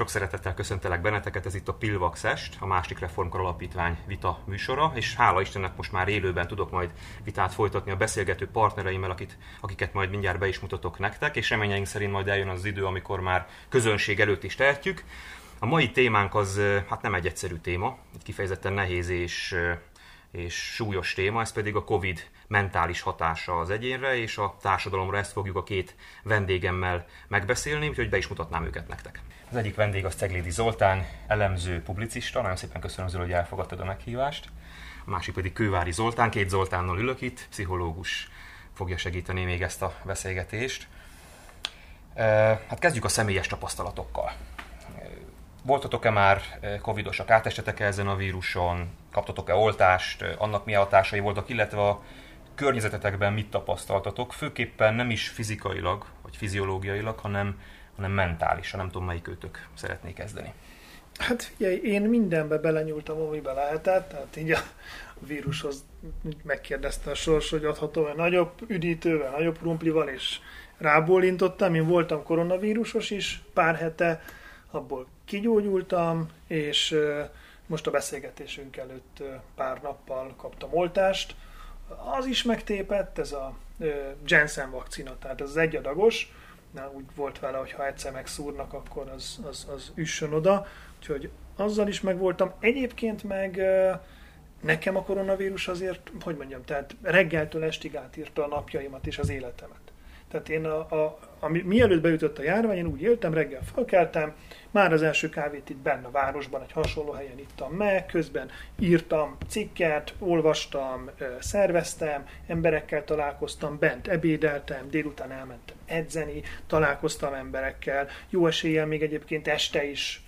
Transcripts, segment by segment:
Sok szeretettel köszöntelek benneteket, ez itt a Pilvax Est, a Másik Reformkor Alapítvány vita műsora, és hála Istennek most már élőben tudok majd vitát folytatni a beszélgető partnereimmel, akiket majd mindjárt be is mutatok nektek, és reményeink szerint majd eljön az idő, amikor már közönség előtt is tehetjük. A mai témánk az hát nem egy egyszerű téma, egy kifejezetten nehéz és súlyos téma, ez pedig a Covid mentális hatása az egyénre és a társadalomra. Ezt fogjuk a két vendégemmel megbeszélni, úgyhogy be is mutatnám őket nektek. Az egyik vendég az Ceglédi Zoltán, elemző, publicista, nagyon szépen köszönöm, Zoli, hogy elfogadtad a meghívást. A másik pedig Kővári Zoltán, két Zoltánnal ülök itt, pszichológus fogja segíteni még ezt a beszélgetést. Hát kezdjük a személyes tapasztalatokkal. Voltatok-e már covidosak, átestetek-e ezen a víruson, kaptatok-e oltást, annak milyen hatásai voltak, illetve a környezetetekben mit tapasztaltatok, főképpen nem is fizikailag, vagy fiziológiailag, hanem mentálisan. Nem tudom, melyik őtök szeretné kezdeni. Hát figyelj, én mindenbe belenyúltam, amiben lehetett, tehát így a vírushoz megkérdezte a sors, hogy adhatom-e nagyobb üdítővel, nagyobb krumplival, és rábólintottam. Én voltam koronavírusos is pár hete, abból kigyógyultam, és most a beszélgetésünk előtt pár nappal kaptam oltást. Az is megtépett, ez a Janssen vakcina, tehát ez az egyadagos. Úgy volt vele, hogy ha egyszer megszúrnak, akkor az üssön oda. Úgyhogy azzal is megvoltam. Egyébként meg nekem a koronavírus azért, hogy mondjam, tehát reggeltől estig átírta a napjaimat és az életemet. Tehát én mielőtt beütött a járvány, én úgy éltem, reggel felkeltem, már az első kávét itt benne a városban, egy hasonló helyen ittam meg, közben írtam cikket, olvastam, szerveztem, emberekkel találkoztam, bent ebédeltem, délután elmentem edzeni, találkoztam emberekkel, jó eséllyel még egyébként este is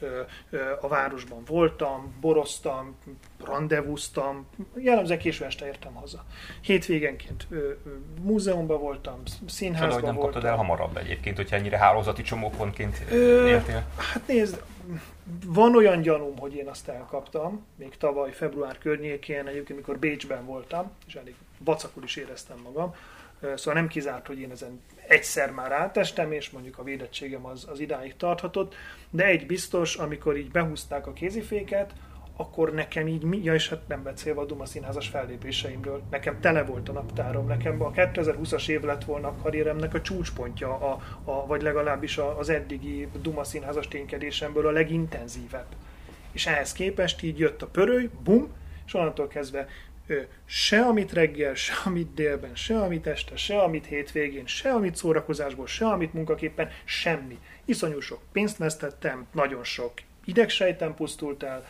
a városban voltam, boroztam, randevúztam, jellemzően késő este értem haza. Hétvégenként múzeumban voltam, színházban voltam. Nem kaptad el hamarabb egyébként, hogyha ennyire hálózati csomópontként éltél? Hát nézd, van olyan gyanúm, hogy én azt elkaptam, még tavaly február környékén, egyébként mikor Bécsben voltam, és elég vacakul is éreztem magam, szóval nem kizárt, hogy én ezen egyszer már átestem, és mondjuk a védettségem az idáig tarthatott, de egy biztos, amikor így behúzták a kéziféket, akkor nekem így, és hát nem beszélve a Duma Színházas fellépéseimről, nekem tele volt a naptárom, nekem a 2020-as év lett volna a karrieremnek a csúcspontja, vagy legalábbis az eddigi Duma Színházas ténykedésemből a legintenzívebb. És ehhez képest így jött a pöröly, bum, és onnantól kezdve se amit reggel, se amit délben, se amit este, se amit hétvégén, se amit szórakozásból, se amit munkaképpen, semmi. Iszonyú sok pénzt vesztettem, nagyon sok idegsejtem pusztult el,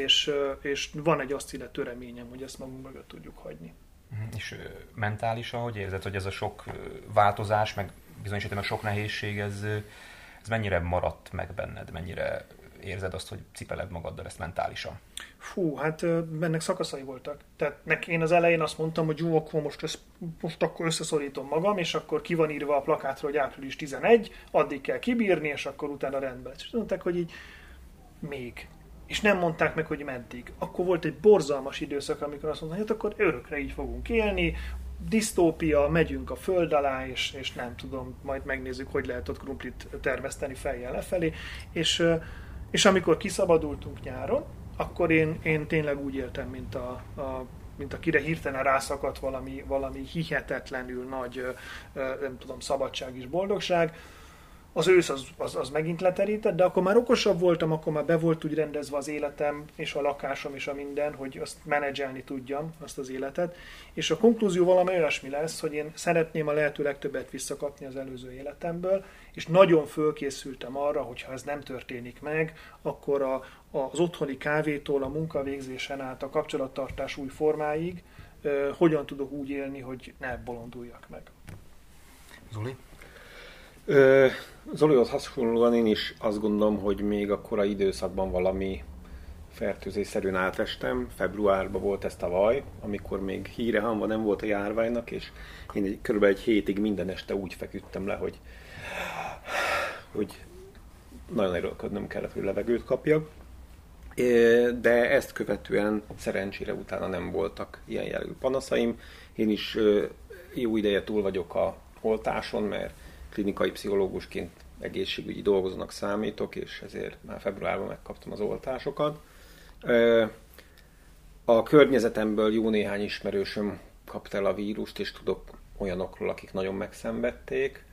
és van egy azt illető reményem, hogy ezt magunk mögött tudjuk hagyni. És mentálisan, hogy érzed, hogy ez a sok változás, meg bizonyos esetben sok nehézség, ez mennyire maradt meg benned, mennyire érzed azt, hogy cipeled magaddal ezt mentálisan? Fú, hát ennek szakaszai voltak. Tehát én az elején azt mondtam, hogy jó, akkor most akkor összeszorítom magam, és akkor ki van írva a plakátra, hogy április 11, addig kell kibírni, és akkor utána rendben. És mondták, hogy így még. És nem mondták meg, hogy meddig. Akkor volt egy borzalmas időszak, amikor azt mondták, hogy hát akkor örökre így fogunk élni, disztópia, megyünk a föld alá, és nem tudom, majd megnézzük, hogy lehet ott krumplit termeszteni fejjel lefelé. És amikor kiszabadultunk nyáron, akkor én tényleg úgy éltem, mint akire hirtelen rászakadt valami hihetetlenül nagy, nem tudom, szabadság és boldogság. Az ősz az megint leterített, de akkor már okosabb voltam, akkor már be volt úgy rendezve az életem, és a lakásom, és a minden, hogy azt menedzselni tudjam, azt az életet. És a konklúzió valami olyasmi lesz, hogy én szeretném a lehető legtöbbet visszakapni az előző életemből, és nagyon fölkészültem arra, hogy ha ez nem történik meg, akkor az otthoni kávétól a munkavégzésen át a kapcsolattartás új formáig hogyan tudok úgy élni, hogy ne bolonduljak meg. Zoli? Zolihoz hasonlóan én is azt gondolom, hogy még a korai időszakban valami fertőzésszerűen átestem. Februárban volt ez tavaly, amikor még híre hamva nem volt a járványnak, és én körülbelül egy hétig minden este úgy feküdtem le, hogy nagyon erőlködnöm kellett, hogy levegőt kapjak. De ezt követően szerencsére utána nem voltak ilyen jellegű panaszaim. Én is jó ideje túl vagyok a oltáson, mert klinikai pszichológusként egészségügyi dolgozónak számítok, és ezért már februárban megkaptam az oltásokat. A környezetemből jó néhány ismerősöm kapta el a vírust, és tudok olyanokról, akik nagyon megszenvedték.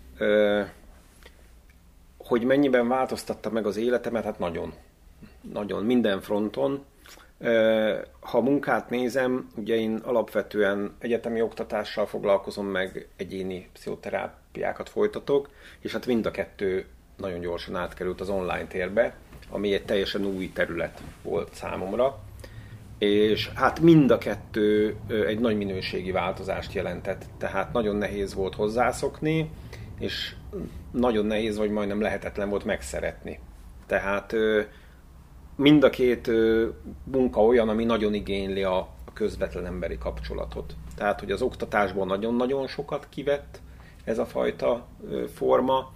Hogy mennyiben változtatta meg az életemet? Hát nagyon. Nagyon, minden fronton. Ha munkát nézem, ugye én alapvetően egyetemi oktatással foglalkozom, meg egyéni pszichoterápiákat folytatok, és hát mind a kettő nagyon gyorsan átkerült az online térbe, ami egy teljesen új terület volt számomra. És hát mind a kettő egy nagy minőségi változást jelentett, tehát nagyon nehéz volt hozzászokni, és nagyon nehéz, vagy majdnem lehetetlen volt megszeretni. Tehát mind a két munka olyan, ami nagyon igényli a közvetlen emberi kapcsolatot. Tehát, hogy az oktatásból nagyon-nagyon sokat kivett ez a fajta forma,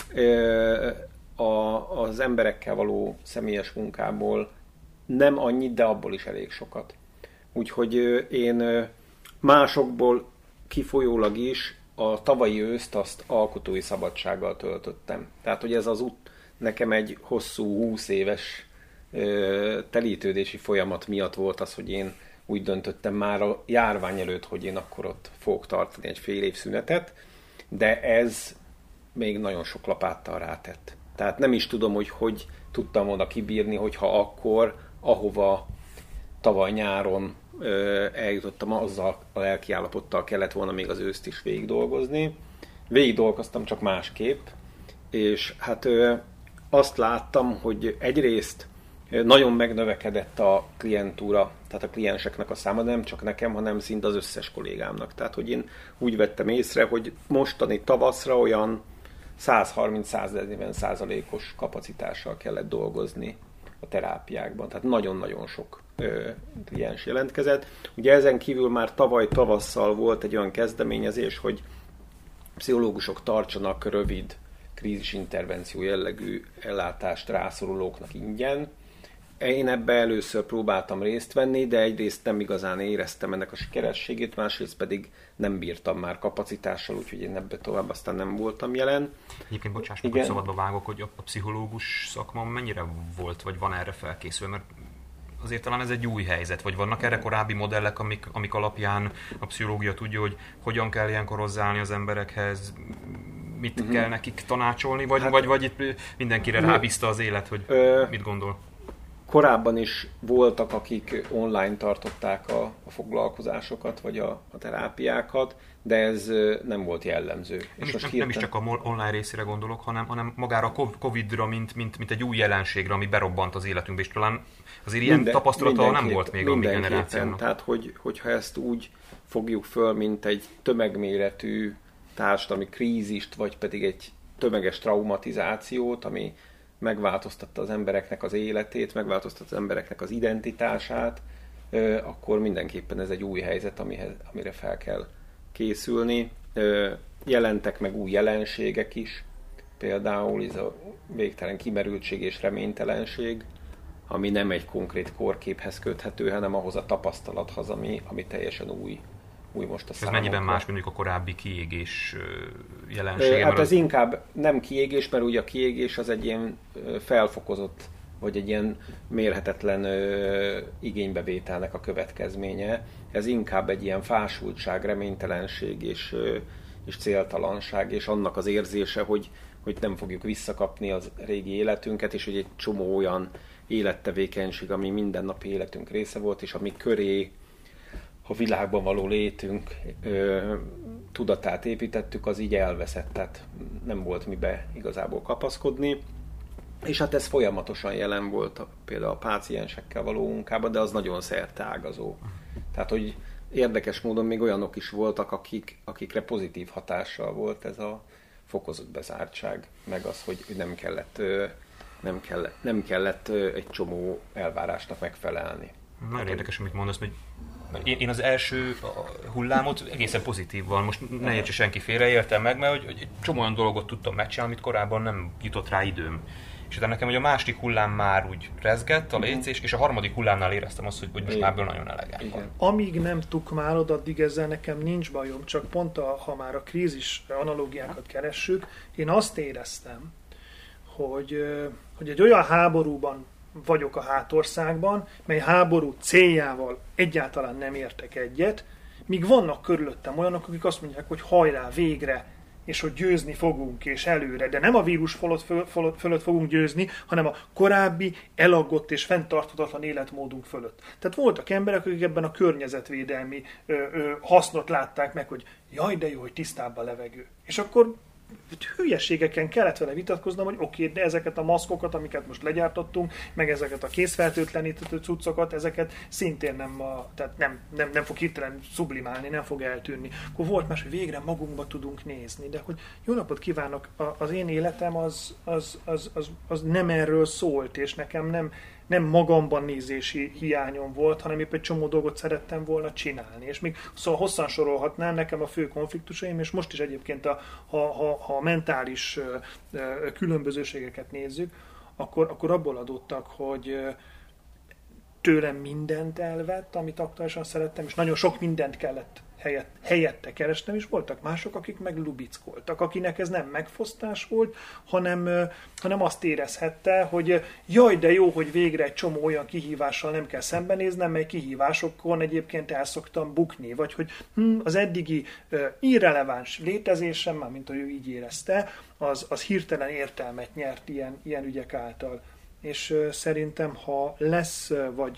az emberekkel való személyes munkából nem annyit, de abból is elég sokat. Úgyhogy én másokból kifolyólag is a tavalyi őszt azt alkotói szabadsággal töltöttem. Tehát, hogy ez az út nekem egy hosszú 20 éves telítődési folyamat miatt volt az, hogy én úgy döntöttem már a járvány előtt, hogy én akkor ott fogok tartani egy fél év szünetet, de ez még nagyon sok lapáttal rátett. Tehát nem is tudom, hogy tudtam volna kibírni, hogyha akkor, ahova tavaly nyáron eljutottam, azzal a lelkiállapottal kellett volna még az őszt is végigdolgozni. Végigdolgoztam, csak másképp, és hát azt láttam, hogy egyrészt nagyon megnövekedett a klientúra, tehát a klienseknek a száma, nem csak nekem, hanem szinte az összes kollégámnak. Tehát, hogy én úgy vettem észre, hogy mostani tavaszra olyan 130-140%-os kapacitással kellett dolgozni a terápiákban. Tehát nagyon-nagyon sok kliens jelentkezett. Ugye ezen kívül már tavaly tavasszal volt egy olyan kezdeményezés, hogy pszichológusok tartsanak rövid krízisintervenció jellegű ellátást rászorulóknak ingyen. Én ebbe először próbáltam részt venni, de egyrészt nem igazán éreztem ennek a sikerességét, másrészt pedig nem bírtam már kapacitással, úgyhogy én ebbe tovább aztán nem voltam jelen. Egyébként bocsáss meg, hogy szabadba vágok, hogy a pszichológus szakma mennyire volt, vagy van erre felkészülve, mert azért talán ez egy új helyzet, vagy vannak erre korábbi modellek, amik alapján a pszichológia tudja, hogy hogyan kell ilyenkor hozzáállni az emberekhez, mit kell nekik tanácsolni, vagy itt mindenkire rábízta az élet, hogy mit gondol? Korábban is voltak, akik online tartották a foglalkozásokat, vagy a terápiákat, de ez nem volt jellemző. Nem is csak a online részére gondolok, hanem magára a Covid-ra, mint egy új jelenségre, ami berobbant az életünkbe, és talán azért ilyen tapasztalata nem volt még a mi generációnak. Tehát, hogyha ezt úgy fogjuk föl, mint egy tömegméretű társadalmi krízist, vagy pedig egy tömeges traumatizációt, ami megváltoztatta az embereknek az életét, megváltoztatta az embereknek az identitását, akkor mindenképpen ez egy új helyzet, amire fel kell készülni. Jelentek meg új jelenségek is, például ez a végtelen kimerültség és reménytelenség, ami nem egy konkrét korképhez köthető, hanem ahhoz a tapasztalathoz, ami teljesen új most a számokra. Ez mennyiben más, mint a korábbi kiégés jelensége? Hát ez inkább nem kiégés, mert ugye a kiégés az egy ilyen felfokozott, vagy egy ilyen mérhetetlen igénybevételnek a következménye. Ez inkább egy ilyen fásultság, reménytelenség és céltalanság, és annak az érzése, hogy nem fogjuk visszakapni az régi életünket, és hogy egy csomó olyan élettevékenység, ami mindennapi életünk része volt, és ami köré a világban való létünk tudatát építettük, az így elveszett, tehát nem volt mibe igazából kapaszkodni. És hát ez folyamatosan jelen volt például a páciensekkel való munkában, de az nagyon szerteágazó. Tehát, hogy érdekes módon még olyanok is voltak, akikre pozitív hatással volt ez a fokozott bezártság, meg az, hogy nem kellett egy csomó elvárásnak megfelelni. Nagyon érdekes, amit mondasz, hogy én az első hullámot egészen pozitívval, most ne értse senki félre, éltem meg, mert hogy egy csomó olyan dolgot tudtam megcsinálni, amit korábban nem jutott rá időm. És utána nekem, hogy a második hullám már úgy rezgett a létszés, és a harmadik hullámnál éreztem azt, hogy most már ebből nagyon elegem van. Amíg nem tukmálod, addig ezzel nekem nincs bajom, csak pont ha már a krízis analógiákat keressük, én azt éreztem, hogy egy olyan háborúban vagyok a hátországban, mely háború céljával egyáltalán nem értek egyet, míg vannak körülöttem olyanok, akik azt mondják, hogy hajrá, végre, és hogy győzni fogunk, és előre. De nem a vírus fölött fogunk győzni, hanem a korábbi, elaggott és fenntarthatatlan életmódunk fölött. Tehát voltak emberek, akik ebben a környezetvédelmi hasznot látták meg, hogy jaj, de jó, hogy tisztább a levegő. És akkor hülyeségeken kellett vele vitatkoznom, hogy oké, de ezeket a maszkokat, amiket most legyártottunk, meg ezeket a készfertőtlenítő cuccokat, ezeket szintén tehát nem fog hirtelen sublimálni, nem fog eltűnni. Akkor volt más, hogy végre magunkba tudunk nézni, de hogy jó napot kívánok, az én életem az nem erről szólt, és nekem nem magamban nézési hiányom volt, hanem épp egy csomó dolgot szerettem volna csinálni. És még szóval hosszan sorolhatnám, nekem a fő konfliktusaim, és most is egyébként, ha mentális különbözőségeket nézzük, akkor abból adottak, hogy tőlem mindent elvett, amit aktuálisan szerettem, és nagyon sok mindent kellett helyette kerestem, és voltak mások, akik meg lubickoltak, akinek ez nem megfosztás volt, hanem azt érezhette, hogy jaj, de jó, hogy végre egy csomó olyan kihívással nem kell szembenéznem, mely kihívásokon egyébként el szoktam bukni, vagy hogy az eddigi irreleváns létezésem, mármint hogy ő így érezte, az hirtelen értelmet nyert ilyen ügyek által. És szerintem, ha lesz,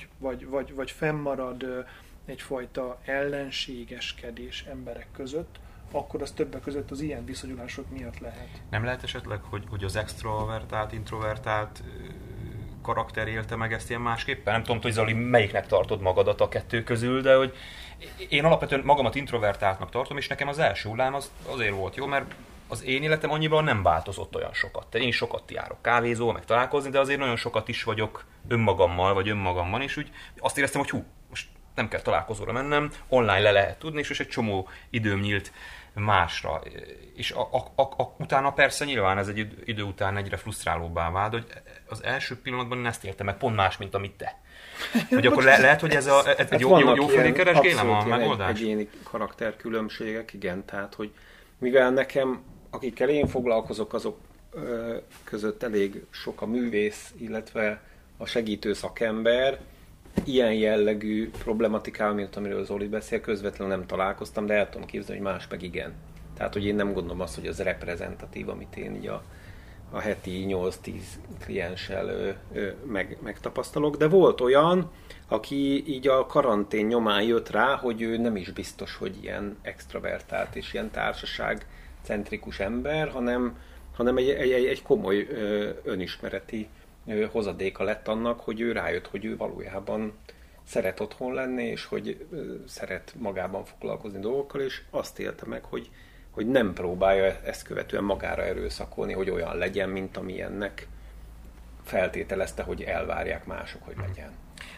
vagy fennmarad egyfajta ellenségeskedés emberek között, akkor az többek között az ilyen viszonyulások miatt lehet. Nem lehet esetleg, hogy az extrovertált, introvertált karakter élte meg ezt ilyen másképpen? Nem tudom, hogy Zoli, melyiknek tartod magadat a kettő közül, de hogy én alapvetően magamat introvertáltnak tartom, és nekem az első hullám azért volt jó, mert az én életem annyiban nem változott olyan sokat. Tehát én sokat járok kávézóba, meg találkozni, de azért nagyon sokat is vagyok önmagammal, vagy önmagamban, és úgy azt éreztem, hogy most nem kell találkozóra mennem, online le lehet tudni, és egy csomó időm nyílt másra. És utána persze nyilván ez egy idő után egyre frusztrálóbbá vált, hogy az első pillanatban én ezt értem meg, pont más, mint amit te. Hogy akkor lehet, hogy ez egy jó felé keresgélem a megoldás? Egyéni karakterkülönbségek, igen, tehát, hogy mivel nekem, akikkel én foglalkozok, azok között elég sok a művész, illetve a segítő szakember, ilyen jellegű problematikával, mint amiről Zoli beszél, közvetlenül nem találkoztam, de el tudom képzelni, hogy más meg igen. Tehát, hogy én nem gondolom azt, hogy az reprezentatív, amit én így a heti 8-10 klienssel megtapasztalok, de volt olyan, aki így a karantén nyomán jött rá, hogy ő nem is biztos, hogy ilyen extravertált és ilyen társaságcentrikus ember, hanem egy komoly önismereti hozadéka lett annak, hogy ő rájött, hogy ő valójában szeret otthon lenni, és hogy szeret magában foglalkozni dolgokkal, és azt élte meg, hogy nem próbálja ezt követően magára erőszakolni, hogy olyan legyen, mint amilyennek feltételezte, hogy elvárják mások, hogy legyen.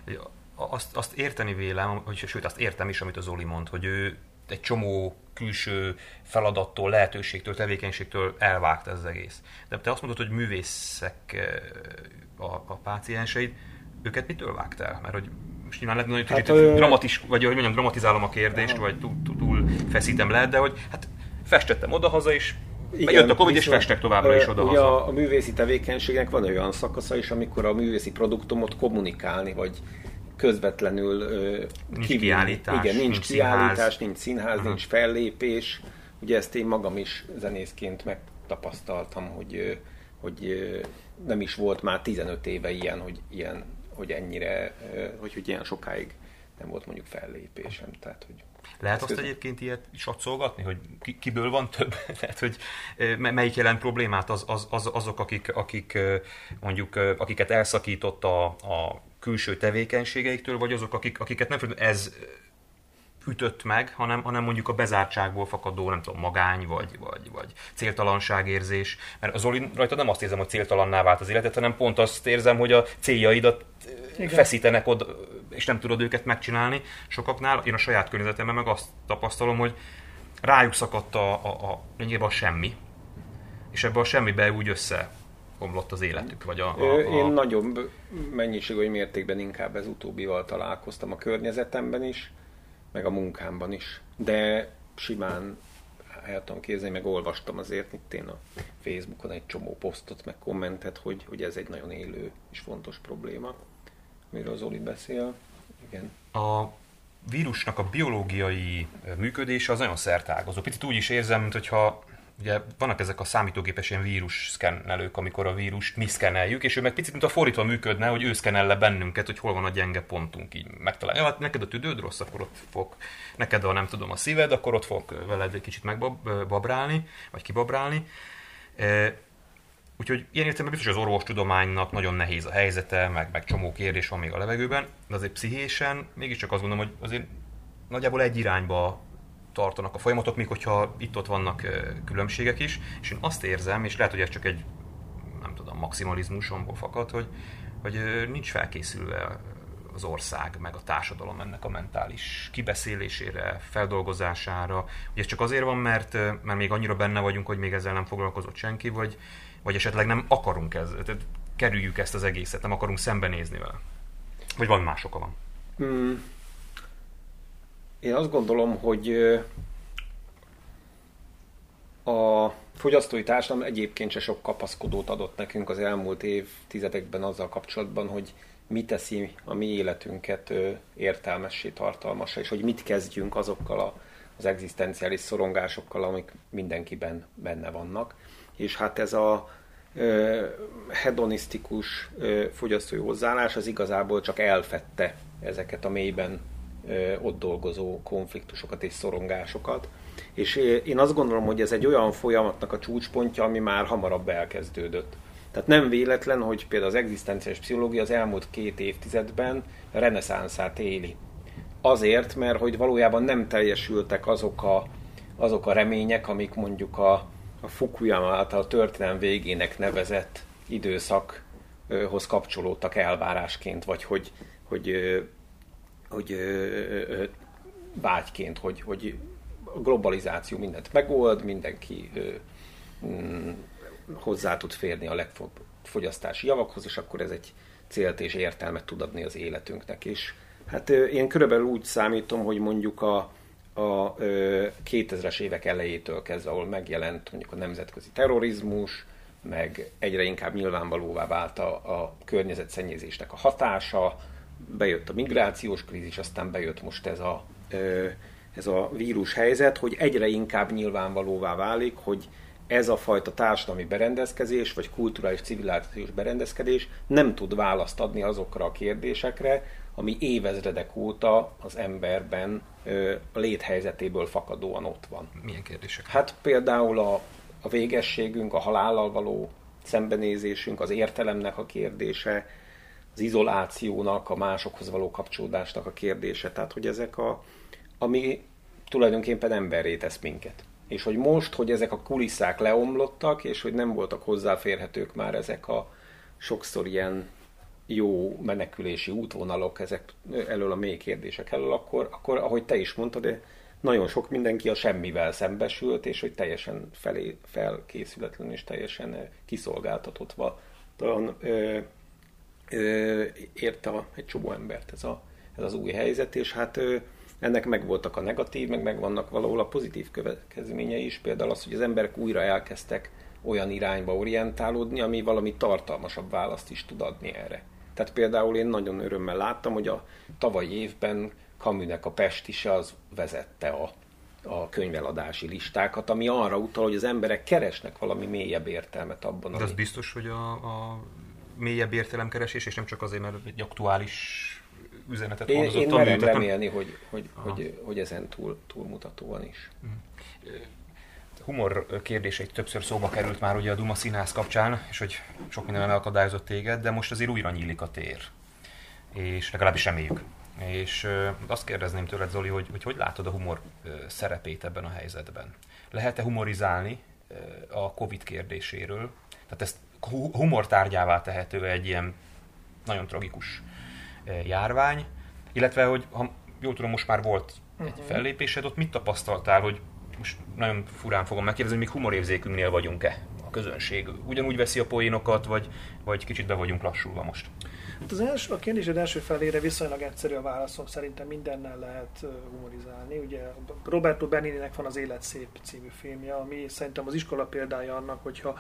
Azt érteni vélem, sőt azt értem is, amit az Zoli mond, hogy ő egy csomó külső feladattól, lehetőségtől, tevékenységtől elvágta ez az egész. De te azt mondod, hogy művészek a pácienseid, őket mitől vágt el? Mert hogy most nyilván lehet, hogy dramatis, vagy hogy mondjam, dramatizálom a kérdést, vagy túl feszítem lehet, de hogy hát festettem odahaza, és jött a Covid, és festek továbbra is odahaza. A művészi tevékenységnek van olyan szakasza is, amikor a művészi produktumot kommunikálni, vagy közvetlenül nincs kiállítás, igen, nincs kiállítás, nincs színház, nincs fellépés. Ugye ezt én magam is zenészként megtapasztaltam, hogy nem is volt már 15 éve hogy ennyire, hogy ilyen sokáig nem volt mondjuk fellépésem. Tehát, hogy lehet azt egyébként ilyet satszolgatni, hogy kiből van több? Tehát, hogy melyik jelent problémát azok, akik mondjuk, akiket elszakított a külső tevékenységeiktől, vagy azok, akiket nem ez ütött meg, hanem mondjuk a bezártságból fakadó, nem tudom, magány, vagy céltalanságérzés. Mert az Zoli rajta nem azt érzem, hogy céltalanná vált az életet, hanem pont azt érzem, hogy a céljaidat feszítenek oda, és nem tudod őket megcsinálni. Sokaknál, én a saját környezetemben meg azt tapasztalom, hogy rájuk szakadt a semmi, és ebbe a semmibe úgy omlott az életük? Vagy Én nagyobb mennyiségű mértékben inkább ez utóbbival találkoztam a környezetemben is, meg a munkámban is. De simán el tudom képzelni, meg olvastam azért itt én a Facebookon egy csomó posztot, meg kommentet, hogy ez egy nagyon élő és fontos probléma, amiről Zoli beszél. Igen. A vírusnak a biológiai működése az nagyon szerteágazó. Picit úgy is érzem, mintha ugye vannak ezek a számítógépes ilyen vírus szkennelők, amikor a vírust mi szkenneljük, és ő meg picit, mint a fordítva működne, hogy ő szkennelle bennünket, hogy hol van a gyenge pontunk, így megtalálja. Hát neked a tüdőd rossz, akkor ott fog, neked a nem tudom a szíved, akkor ott fog veled egy kicsit megbabrálni, vagy kibabrálni. Úgyhogy ilyen értelemben biztos az orvostudománynak nagyon nehéz a helyzete, meg csomó kérdés van még a levegőben, de azért pszichésen mégiscsak azt gondolom, hogy azért nagyjából egy irányba tartanak a folyamatok, még hogyha itt-ott vannak különbségek is, és én azt érzem, és lehet, hogy ez csak egy, nem tudom, maximalizmusomból fakad, hogy nincs felkészülve az ország, meg a társadalom ennek a mentális kibeszélésére, feldolgozására. Ugye ez csak azért van, mert még annyira benne vagyunk, hogy még ezzel nem foglalkozott senki, vagy esetleg nem akarunk tehát kerüljük ezt az egészet, nem akarunk szembenézni vele. Vagy valami más oka van. Én azt gondolom, hogy a fogyasztói társadalom egyébként se sok kapaszkodót adott nekünk az elmúlt évtizedekben azzal kapcsolatban, hogy mi teszi a mi életünket értelmessé, tartalmassá, és hogy mit kezdjünk azokkal az egzisztenciális szorongásokkal, amik mindenkiben benne vannak. És hát ez a hedonisztikus fogyasztói hozzáállás az igazából csak elfedte ezeket a mélyben ott dolgozó konfliktusokat és szorongásokat. És én azt gondolom, hogy ez egy olyan folyamatnak a csúcspontja, ami már hamarabb elkezdődött. Tehát nem véletlen, hogy például az egzisztenciális pszichológia az elmúlt 2 évtizedben reneszánszát éli. Azért, mert hogy valójában nem teljesültek azok a remények, amik mondjuk a Fukuyama által a történelem végének nevezett időszakhoz kapcsolódtak elvárásként, vagy hogy vágyként, hogy a globalizáció mindent megold, mindenki hozzá tud férni a legfőbb fogyasztási javakhoz, és akkor ez egy célt és értelmet tud adni az életünknek is. Hát én körülbelül úgy számítom, hogy mondjuk a 2000-es évek elejétől kezdve, ahol megjelent mondjuk a nemzetközi terrorizmus, meg egyre inkább nyilvánvalóvá vált a környezetszennyezésnek a hatása, bejött a migrációs krízis, aztán bejött most ez a vírus helyzet, hogy egyre inkább nyilvánvalóvá válik, hogy ez a fajta társadalmi berendezkedés, vagy kulturális civilizációs berendezkedés nem tud választ adni azokra a kérdésekre, ami évezredek óta az emberben a léthelyzetéből fakadóan ott van. Milyen kérdések? Hát például a végességünk, a halállal való szembenézésünk, az értelemnek a kérdése, az izolációnak, a másokhoz való kapcsolódásnak a kérdése. Tehát, hogy ezek ami tulajdonképpen emberré tesz minket. És hogy most, hogy ezek a kulisszák leomlottak, és hogy nem voltak hozzáférhetők már ezek a sokszor ilyen jó menekülési útvonalok ezek elől a mély kérdések elől, akkor ahogy te is mondtad, de nagyon sok mindenki a semmivel szembesült, és hogy teljesen felkészületlen és teljesen kiszolgáltatottva érte egy csomó embert ez az új helyzet, és hát ennek megvoltak a negatív, meg vannak valahol a pozitív következményei is, például az, hogy az emberek újra elkezdtek olyan irányba orientálódni, ami valami tartalmasabb választ is tud adni erre. Tehát például én nagyon örömmel láttam, hogy a tavalyi évben Camusnek a Pestise az vezette a könyveladási listákat, ami arra utal, hogy az emberek keresnek valami mélyebb értelmet abban. De az biztos, hogy a mélyebb értelemkeresés, és nem csak azért, mert egy aktuális üzenetet hordozott. Én merem remélni, hogy ezen túlmutatóan is. Humor kérdése többször szóba került már ugye a Duma Színház kapcsán, és hogy sok minden elakadályozott téged, de most azért újra nyílik a tér. És legalábbis reméljük. És azt kérdezném tőled, Zoli, hogy látod a humor szerepét ebben a helyzetben? Lehet-e humorizálni a Covid kérdéséről? Tehát ezt humor tárgyává tehető egy ilyen nagyon tragikus járvány, illetve, hogy ha jól tudom, most már volt egy fellépésed, ott mit tapasztaltál, hogy most nagyon furán fogom megkérdezni, hogy még humorérzékünknél vagyunk-e a közönség ugyanúgy veszi a poénokat, vagy kicsit be vagyunk lassulva most? Hát a kérdésed első felére viszonylag egyszerű a válaszom, szerintem mindennel lehet humorizálni. Ugye Roberto Benigninek van az Élet szép című filmje, ami szerintem az iskola példája annak, hogyha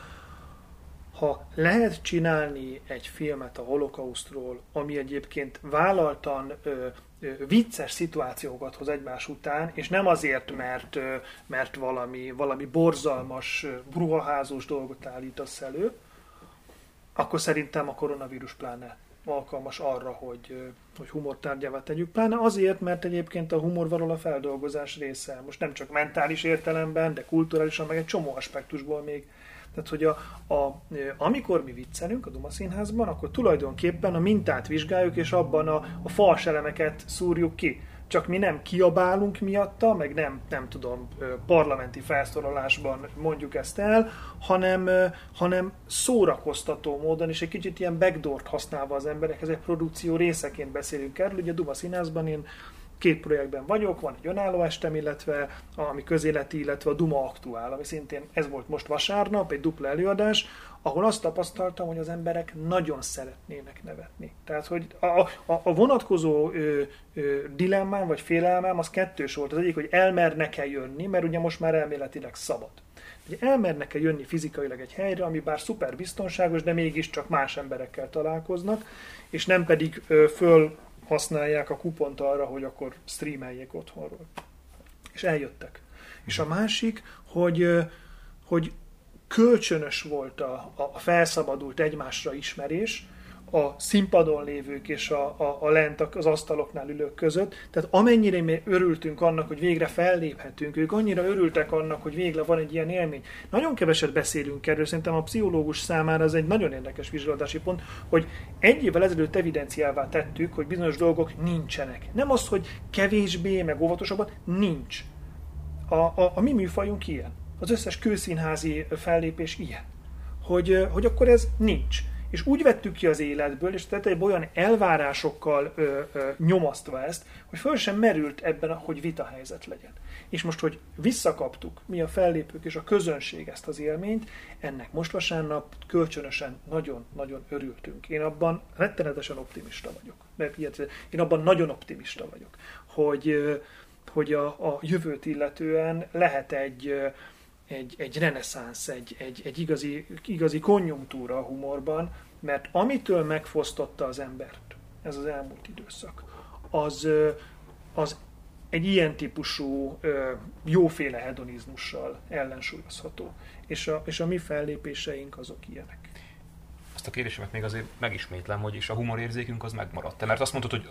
lehet csinálni egy filmet a holokausztról, ami egyébként vállaltan vicces szituációkat hoz egymás után, és nem azért, mert valami borzalmas, bruhaházós dolgot állítasz elő, akkor szerintem a koronavírus pláne alkalmas arra, hogy humortárgyává tegyük. Pláne azért, mert egyébként a humor valahol a feldolgozás része. Most nem csak mentális értelemben, de kulturálisan, meg egy csomó aspektusból még. Tehát, hogy amikor mi viccelünk a Duma Színházban, akkor tulajdonképpen a mintát vizsgáljuk, és abban a fals elemeket szúrjuk ki. Csak mi nem kiabálunk miatta, meg nem tudom, parlamenti felszólalásban mondjuk ezt el, hanem szórakoztató módon, és egy kicsit ilyen backdoort használva az emberek, ez egy produkció részeként beszélünk erről. Ugye a Duma Színházban én 2 projektben vagyok, van egy önálló estem, illetve ami közéleti, illetve a Duma Aktuál, ami szintén ez volt most vasárnap, egy dupla előadás, ahol azt tapasztaltam, hogy az emberek nagyon szeretnének nevetni. Tehát, hogy a vonatkozó dilemmám vagy félelmem az kettős volt. Az egyik, hogy elmernek-e jönni, mert ugye most már elméletileg szabad. Ugye elmernek-e jönni fizikailag egy helyre, ami bár szuper biztonságos, de mégiscsak más emberekkel találkoznak, és nem pedig használják a kupont arra, hogy akkor streameljék otthonról. És eljöttek. És a másik, hogy kölcsönös volt a felszabadult egymásra ismerés a színpadon lévők és a lent az asztaloknál ülők között. Tehát amennyire mi örültünk annak, hogy végre felléphetünk, ők annyira örültek annak, hogy végre van egy ilyen élmény. Nagyon keveset beszélünk erről, szerintem a pszichológus számára ez egy nagyon érdekes vizsgálódási pont, hogy egy évvel ezelőtt evidenciává tettük, hogy bizonyos dolgok nincsenek. Nem az, hogy kevésbé, meg óvatosabban, nincs. A mi műfajunk ilyen. Az összes kőszínházi fellépés ilyen. Hogy akkor ez nincs. És úgy vettük ki az életből, és tehát olyan elvárásokkal nyomasztva ezt, hogy föl sem merült ebben, hogy vitahelyzet legyen. És most, hogy visszakaptuk mi a fellépők és a közönség ezt az élményt, ennek most vasárnap kölcsönösen nagyon-nagyon örültünk. Én abban rettenetesen optimista vagyok. Én abban nagyon optimista vagyok, hogy a jövőt illetően lehet egy reneszánsz, egy igazi konjunktúra a humorban, mert amitől megfosztotta az embert ez az elmúlt időszak, az egy ilyen típusú jóféle hedonizmussal ellensúlyozható. És a mi fellépéseink azok ilyenek. Ezt a kérdésemet még azért megismétlem, hogy és a humorérzékünk az megmaradt. Mert azt mondtad, hogy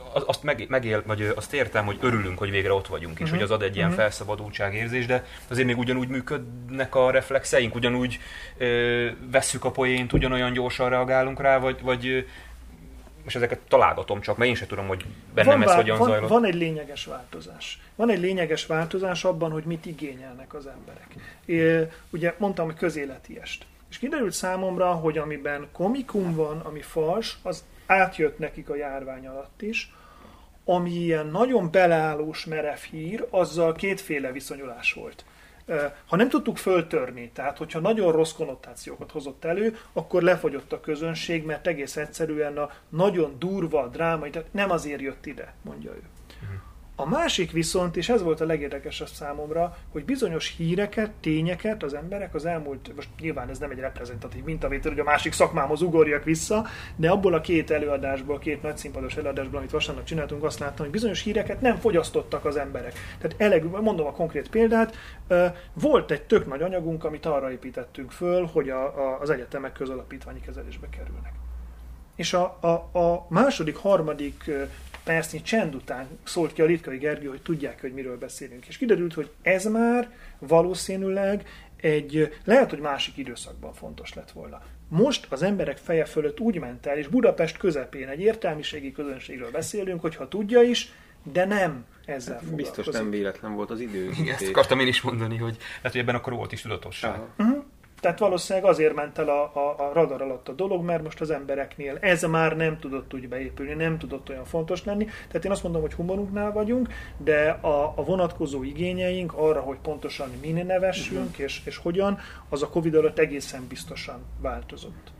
azt értem, hogy örülünk, hogy végre ott vagyunk, és hogy az ad egy ilyen felszabadultságérzés, de azért még ugyanúgy működnek a reflexeink, ugyanúgy vesszük a poént, ugyanolyan gyorsan reagálunk rá, vagy most ezeket találgatom csak, mert én sem tudom, hogy bennem ez hogyan zajlott. Van egy lényeges változás. Van egy lényeges változás abban, hogy mit igényelnek az emberek. Ugye mondtam, hogy közéleti est. És kiderült számomra, hogy amiben komikum van, ami fals, az átjött nekik a járvány alatt is. Ami ilyen nagyon beleállós merev hír, azzal kétféle viszonyulás volt. Ha nem tudtuk föltörni, tehát hogyha nagyon rossz konnotációkat hozott elő, akkor lefogyott a közönség, mert egész egyszerűen a nagyon durva, drámai, tehát nem azért jött ide, mondja ő. A másik viszont, és ez volt a legérdekesebb számomra, hogy bizonyos híreket, tényeket az emberek az elmúlt, most nyilván ez nem egy reprezentatív mintavétel, hogy a másik szakmámhoz ugorjak vissza, de abból a 2 előadásból, 2 nagyszínpados előadásból, amit vasárnap csináltunk, azt láttam, hogy bizonyos híreket nem fogyasztottak az emberek. Tehát mondom a konkrét példát, volt egy tök nagy anyagunk, amit arra építettünk föl, hogy az egyetemek közalapítványi kezelésbe kerülnek. És a második, harmadik percnyi csend után szólt ki a Litkai Gergő, hogy tudják, hogy miről beszélünk. És kiderült, hogy ez már valószínűleg lehet, hogy másik időszakban fontos lett volna. Most az emberek feje fölött úgy ment el, és Budapest közepén egy értelmiségi közönségről beszélünk, hogyha tudja is, de nem ezzel foglalkozik. Biztos nem véletlen volt az idő. Igen, ezt akartam én is mondani, hogy ebben akkor volt is tudatosság. Tehát valószínűleg azért ment el a radar alatt a dolog, mert most az embereknél ez már nem tudott úgy beépülni, nem tudott olyan fontos lenni. Tehát én azt mondom, hogy humorunknál vagyunk, de a vonatkozó igényeink arra, hogy pontosan min nevessünk, és hogyan, az a Covid alatt egészen biztosan változott.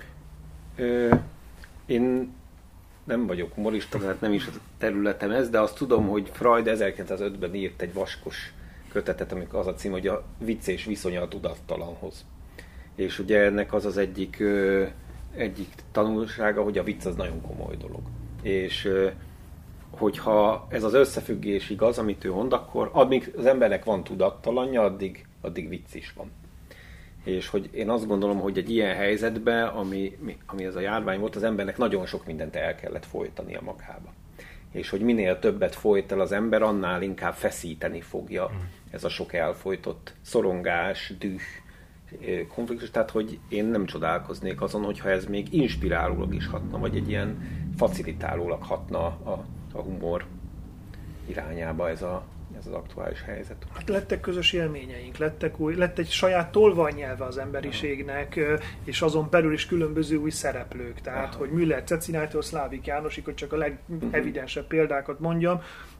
Én nem vagyok humorista, tehát nem is a területem ez, de azt tudom, hogy Freud 1905-ben írt egy vaskos kötetet, amikor az a cím, hogy a vicc és viszonya a tudattalanhoz. És ugye ennek az az egyik tanulsága, hogy a vicc az nagyon komoly dolog. És hogyha ez az összefüggés igaz, amit ő mond, akkor amíg az embernek van tudattalanja, addig vicc is van. És hogy én azt gondolom, hogy egy ilyen helyzetben, ami ez a járvány volt, az embernek nagyon sok mindent el kellett folytania magába. És hogy minél többet folyt el az ember, annál inkább feszíteni fogja ez a sok elfolytott szorongás, düh, konfliktus. Tehát, hogy én nem csodálkoznék azon, hogyha ez még inspirálólag is hatna, vagy egy ilyen facilitálólag hatna a humor irányába ez az aktuális helyzet. Hát lettek közös élményeink, lett egy saját tolvajnyelve az emberiségnek, és azon belül is különböző új szereplők. Tehát, hogy Müller Cecinától Szlávik Jánosig, hogy csak a legevidensebb példákat mondjam,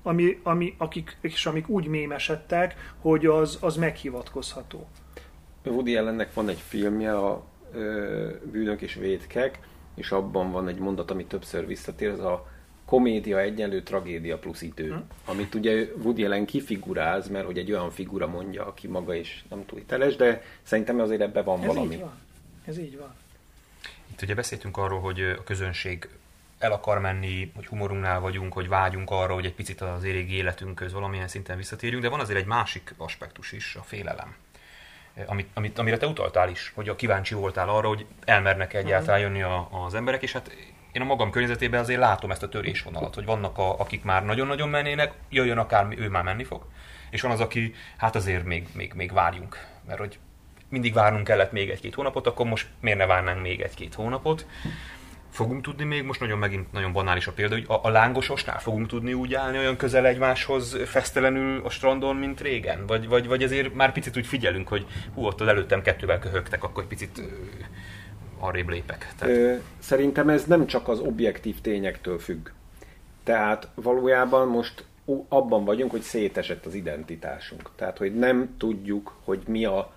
amik úgy mémesedtek, hogy az meghivatkozható. Woody Allennek van egy filmje, a Bűnök és vétkek, és abban van egy mondat, ami többször visszatér, az a komédia egyenlő tragédia plusz idő. Amit ugye Woody Allen kifiguráz, mert hogy egy olyan figura mondja, aki maga is nem túl hiteles, de szerintem azért ebben van valami. Ez így van. Itt ugye beszéltünk arról, hogy a közönség el akar menni, hogy humorunknál vagyunk, hogy vágyunk arra, hogy egy picit az régi életünkhöz valamilyen szinten visszatérjünk, de van azért egy másik aspektus is, a félelem. Amire te utaltál is, hogy a kíváncsi voltál arra, hogy elmernek egyáltalán jönni az emberek, és hát én a magam környezetében azért látom ezt a törésvonalat, hogy vannak akik már nagyon-nagyon mennének, jöjjön akár, ő már menni fog, és van az, aki hát azért még várjunk, mert hogy mindig várnunk kellett még 1-2 hónapot, akkor most miért ne várnánk még 1-2 hónapot? Fogunk tudni még, most megint nagyon banális a példa, hogy a lángososnál fogunk tudni úgy állni olyan közel egymáshoz fesztelenül a strandon, mint régen? Vagy ezért már picit úgy figyelünk, hogy ott az előttem 2-vel köhögtek, akkor egy picit arrébb lépek. Szerintem ez nem csak az objektív tényektől függ. Tehát valójában most abban vagyunk, hogy szétesett az identitásunk. Tehát, hogy nem tudjuk, hogy mi a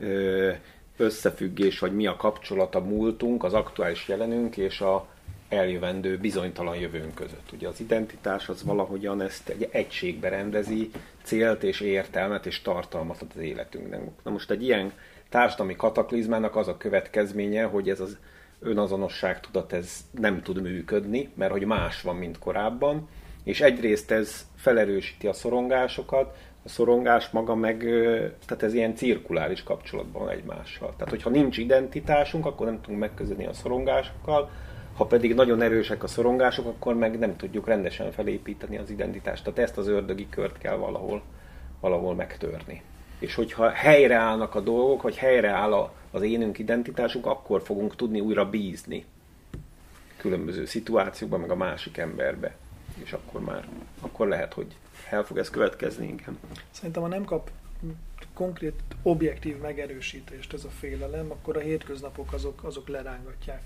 összefüggés, vagy mi a kapcsolat a múltunk, az aktuális jelenünk és a eljövendő bizonytalan jövőnk között. Ugye az identitás az valahogyan ezt egy egységbe rendezi, célt és értelmet és tartalmat ad az életünknek. Na most egy ilyen társadalmi kataklizmának az a következménye, hogy ez az önazonosságtudat ez nem tud működni, mert hogy más van, mint korábban, és egyrészt ez felerősíti a szorongásokat, a szorongás maga meg, tehát ez ilyen cirkuláris kapcsolatban van egymással. Tehát, hogyha nincs identitásunk, akkor nem tudunk megközelni a szorongásokkal, ha pedig nagyon erősek a szorongások, akkor meg nem tudjuk rendesen felépíteni az identitást. Tehát ezt az ördögi kört kell valahol megtörni. És hogyha helyreállnak a dolgok, vagy helyreáll az énünk identitásunk, akkor fogunk tudni újra bízni különböző szituációkban, meg a másik emberbe. És akkor lehet, hogy el fog ez következni, igen. Szerintem, ha nem kap konkrét, objektív megerősítést ez a félelem, akkor a hétköznapok azok lerángatják.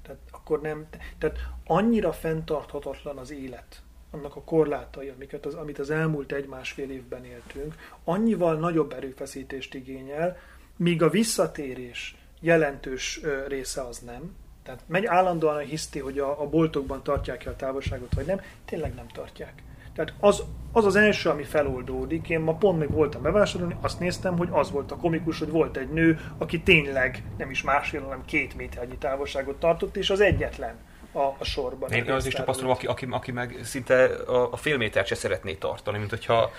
Tehát annyira fenntarthatatlan az élet, annak a korlátai, amit az elmúlt 1-1,5 évben éltünk, annyival nagyobb erőfeszítést igényel, míg a visszatérés jelentős része az nem. Tehát megy állandóan a hiszti, hogy a boltokban tartják a távolságot, vagy nem, tényleg nem tartják. Tehát az első, ami feloldódik. Én ma pont még voltam bevásárolni, azt néztem, hogy az volt a komikus, hogy volt egy nő, aki tényleg nem is másfél, hanem 2 méternyi távolságot tartott, és az egyetlen a sorban. Én az is tapasztalom, aki meg szinte a fél métert se szeretné tartani, mint hogyha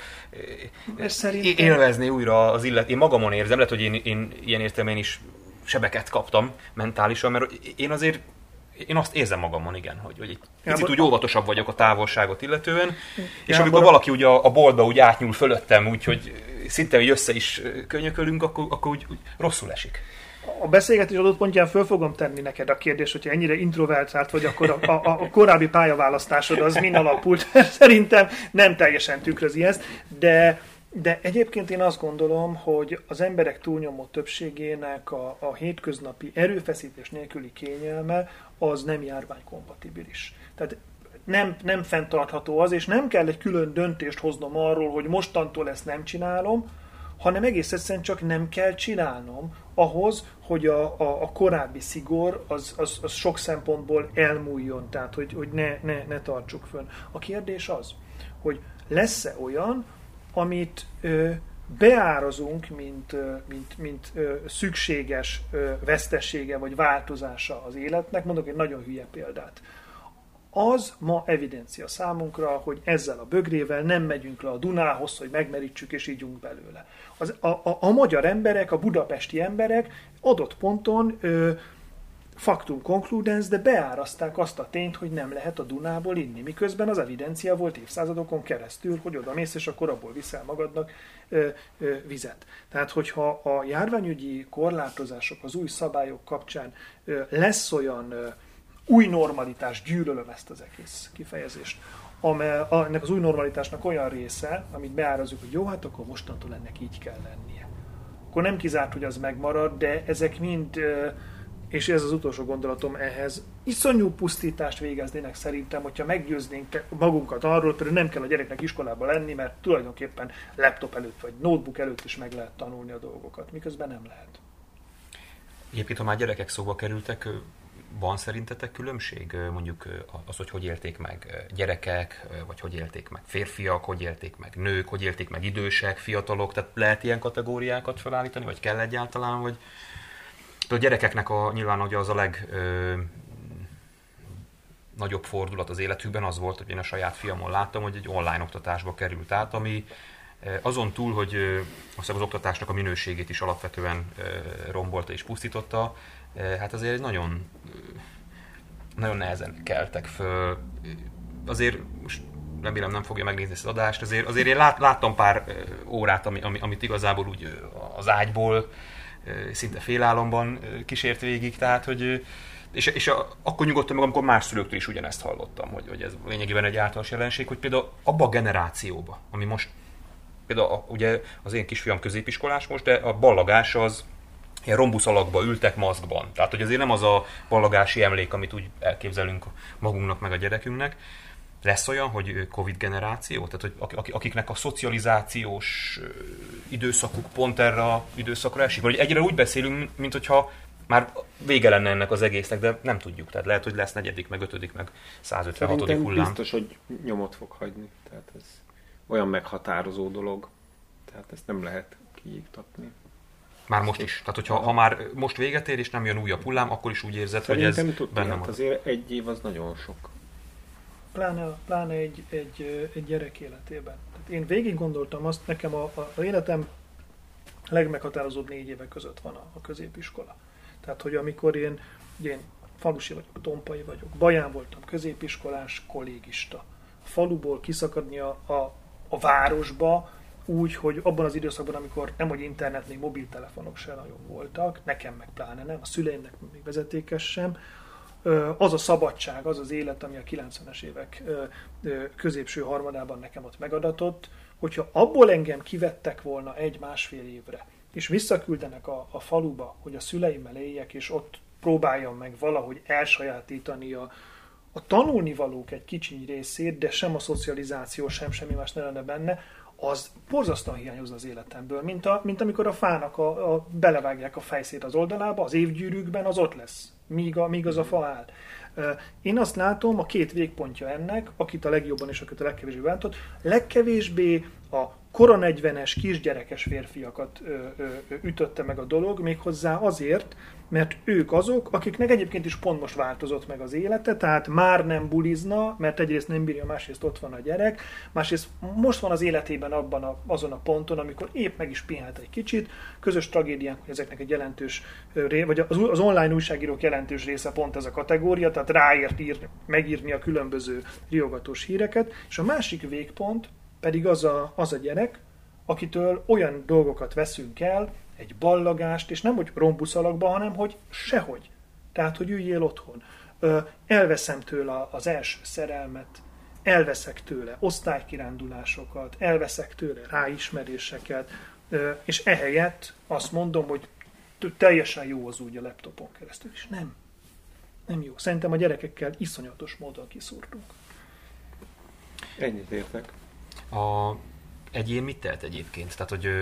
élvezné újra az illet. Én magamon érzem, lehet, hogy én ilyen értelemben is sebeket kaptam mentálisan, mert én azt érzem magamon, igen, hogy egy picit úgy óvatosabb vagyok a távolságot illetően, és amikor valaki ugye a boltba úgy átnyúl fölöttem, úgyhogy szinte hogy össze is könyökölünk, akkor úgy rosszul esik. A beszélgetés adott pontján föl fogom tenni neked a kérdést, hogyha ennyire introvertált vagy, akkor a korábbi pályaválasztásod az min alapult, szerintem nem teljesen tükrözi ezt, de De egyébként én azt gondolom, hogy az emberek túlnyomó többségének a hétköznapi erőfeszítés nélküli kényelme az nem járványkompatibilis. Tehát nem fenntartható az, és nem kell egy külön döntést hoznom arról, hogy mostantól ezt nem csinálom, hanem egész egyszerűen csak nem kell csinálnom ahhoz, hogy a korábbi szigor az sok szempontból elmúljon, tehát hogy ne tartsuk fönn. A kérdés az, hogy lesz-e olyan, amit beárazunk, mint szükséges vesztesége vagy változása az életnek. Mondok egy nagyon hülye példát. Az ma evidencia számunkra, hogy ezzel a bögrével nem megyünk le a Dunához, hogy megmerítsük és ígyunk belőle. A magyar emberek, a budapesti emberek adott ponton factum concludens, de beárazták azt a tényt, hogy nem lehet a Dunából inni, miközben az evidencia volt évszázadokon keresztül, hogy oda mész, és akkor abból viszel magadnak vizet. Tehát, hogyha a járványügyi korlátozások az új szabályok kapcsán lesz olyan új normalitás, gyűlölöm ezt az egész kifejezést, ennek az új normalitásnak olyan része, amit beárazunk, hogy jó, hát akkor mostantól ennek így kell lennie. Akkor nem kizárt, hogy az megmarad, de ezek mind, és ez az utolsó gondolatom ehhez, iszonyú pusztítást végeznének szerintem, hogyha meggyőznénk magunkat arról, hogy nem kell a gyereknek iskolába lenni, mert tulajdonképpen laptop előtt vagy notebook előtt is meg lehet tanulni a dolgokat, miközben nem lehet. Egyébként, ha már gyerekek szóba kerültek, van szerintetek különbség? Mondjuk az, hogy élték meg gyerekek, vagy hogy élték meg férfiak, hogy élték meg nők, hogy élték meg idősek, fiatalok, tehát lehet ilyen kategóriákat felállítani, vagy kell egyáltalán, vagy a gyerekeknek nyilván ugye az a nagyobb fordulat az életükben az volt, hogy én a saját fiamon láttam, hogy egy online oktatásba került át, ami azon túl, hogy az oktatásnak a minőségét is alapvetően rombolta és pusztította, hát azért nagyon, nagyon nehezen keltek föl. Azért, most remélem nem fogja megnézni ezt az adást, azért én láttam pár órát, amit igazából úgy az ágyból, szinte félálomban kísért végig, tehát, hogy akkor nyugodtam meg, amikor más szülőktől is ugyanezt hallottam, hogy ez lényegében egy általános jelenség, hogy például abba a generációba, ami most, például ugye az én kisfiam középiskolás most, de a ballagás az ilyen rombusz alakba ültek maszkban. Tehát, hogy azért nem az a ballagási emlék, amit úgy elképzelünk magunknak, meg a gyerekünknek. Lesz olyan, hogy Covid generáció? Tehát, hogy akiknek a szocializációs időszakuk pont erre az időszakra esik? Vagy egyre úgy beszélünk, mint hogyha már vége lenne ennek az egésznek, de nem tudjuk. Tehát lehet, hogy lesz 4., meg 5., meg 156. Szerintem hullám. biztos, hogy nyomot fog hagyni. Tehát ez olyan meghatározó dolog. Tehát ezt nem lehet kiiktatni. Már most is. Tehát, ha már most véget ér, és nem jön újabb hullám, akkor is úgy érzed, hogy ez benne van. Azért egy év az nagyon sok. Pláne egy gyerek életében. Tehát én végig gondoltam azt, nekem az életem legmeghatározóbb 4 évek között van a középiskola. Tehát, hogy amikor én falusi vagyok, tompai vagyok, Baján voltam középiskolás, kollégista. A faluból kiszakadni a városba, úgy, hogy abban az időszakban, amikor nem, hogy internet, még mobiltelefonok sem nagyon voltak, nekem meg pláne nem, a szüleimnek még vezetékes sem, az a szabadság, az az élet, ami a 90-es évek középső harmadában nekem ott megadatott, hogyha abból engem kivettek volna 1-1,5 évre, és visszaküldenek a faluba, hogy a szüleimmel éljek, és ott próbáljam meg valahogy elsajátítani a tanulnivalók egy kicsiny részét, de sem a szocializáció, semmi más ne lenne benne, az borzasztóan hiányozna az életemből, mint amikor a fának belevágják a fejszét az oldalába, az évgyűrűkben az ott lesz, míg az a fa áll. Én azt látom, a 2 végpontja ennek, akit a legjobban és akit a legkevésbé bántott, legkevésbé a kora 40-es kisgyerekes férfiakat ütötte meg a dolog, méghozzá azért, mert ők azok, akiknek egyébként is pont most változott meg az élete, tehát már nem bulizna, mert egyrészt nem bírja, másrészt ott van a gyerek, másrészt most van az életében azon a ponton, amikor épp meg is pihelt egy kicsit, közös tragédiánk, hogy ezeknek egy jelentős, vagy az online újságírók jelentős része pont ez a kategória, tehát ráért megírni a különböző riogatós híreket, és a másik végpont pedig az a gyerek, akitől olyan dolgokat veszünk el, egy ballagást, és nem hogy rombuszalakba, hanem hogy sehogy. Tehát, hogy üljél otthon. Elveszem tőle az első szerelmet, elveszek tőle osztálykirándulásokat, elveszek tőle ráismeréseket, és ehelyett azt mondom, hogy teljesen jó az úgy a laptopon keresztül. És nem jó. Szerintem a gyerekekkel iszonyatos módon kiszúrtunk. Ennyit értek. A egyén mit tehet egyébként? Tehát, hogy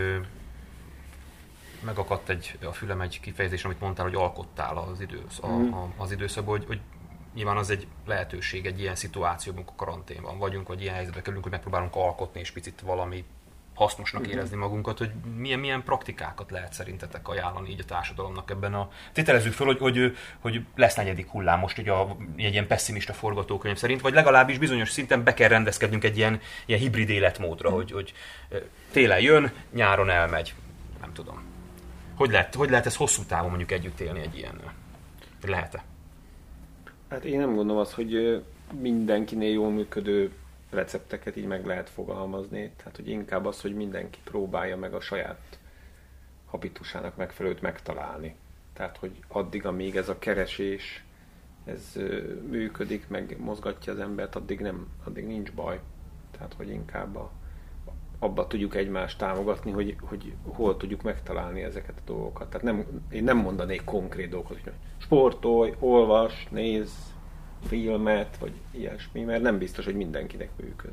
megakadt a fülem egy kifejezés, amit mondtál, hogy alkottál az időszakban, hogy nyilván az egy lehetőség egy ilyen szituációban, amikor karanténban vagyunk, vagy ilyen helyzetbe kerülünk, hogy megpróbálunk alkotni, és picit valami hasznosnak érezni magunkat, hogy milyen praktikákat lehet szerintetek ajánlani így a társadalomnak ebben a... Tételezzük föl, hogy lesz negyedik hullám most ugye egy ilyen pessimista forgatókönyv szerint, vagy legalábbis bizonyos szinten be kell rendezkednünk egy ilyen hibrid életmódra, hogy télen jön, nyáron elmegy. Nem tudom. Hogy lehet ez hosszú távon mondjuk együtt élni egy ilyennel? Lehet-e? Hát én nem gondolom azt, hogy mindenkinél jól működő recepteket így meg lehet fogalmazni. Tehát, hogy inkább az, hogy mindenki próbálja meg a saját habitusának megfelelőt megtalálni. Tehát, hogy addig, amíg ez a keresés ez működik, meg mozgatja az embert, addig nincs baj. Tehát, hogy inkább abba tudjuk egymást támogatni, hogy hol tudjuk megtalálni ezeket a dolgokat. Tehát én nem mondanék konkrét dolgokat, hogy sportolj, olvas, nézz filmet, vagy ilyesmi, mert nem biztos, hogy mindenkinek működne.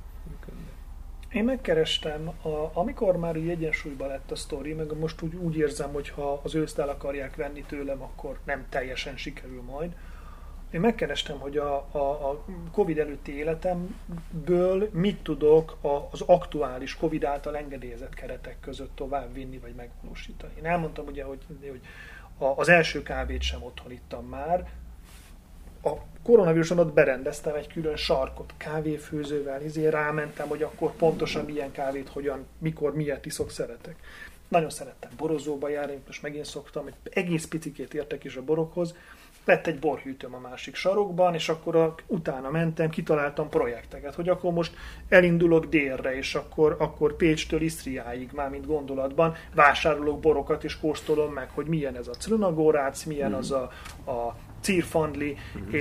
Én megkerestem, amikor már így egyensúlyban lett a sztori, meg most úgy érzem, hogy ha az őszt el akarják venni tőlem, akkor nem teljesen sikerül majd. Én megkerestem, hogy a Covid előtti életemből mit tudok az aktuális Covid által engedélyezett keretek között továbbvinni, vagy megvalósítani. Én elmondtam ugye, hogy az első kávét sem otthon ittam már. A koronavírus alatt berendeztem egy külön sarkot kávéfőzővel, rámentem, hogy akkor pontosan milyen kávét, hogyan, mikor, miért iszok, szeretek. Nagyon szerettem borozóba járni, most megint szoktam, hogy egész picikét értek is a borokhoz. Lett egy borhűtőm a másik sarokban, és akkor utána mentem, kitaláltam projekteket, hogy akkor most elindulok délre, és akkor Pécstől Isztriáig, már mint gondolatban, vásárolok borokat, és kóstolom meg, hogy milyen ez a Crnagorác, milyen az a Cirfandli,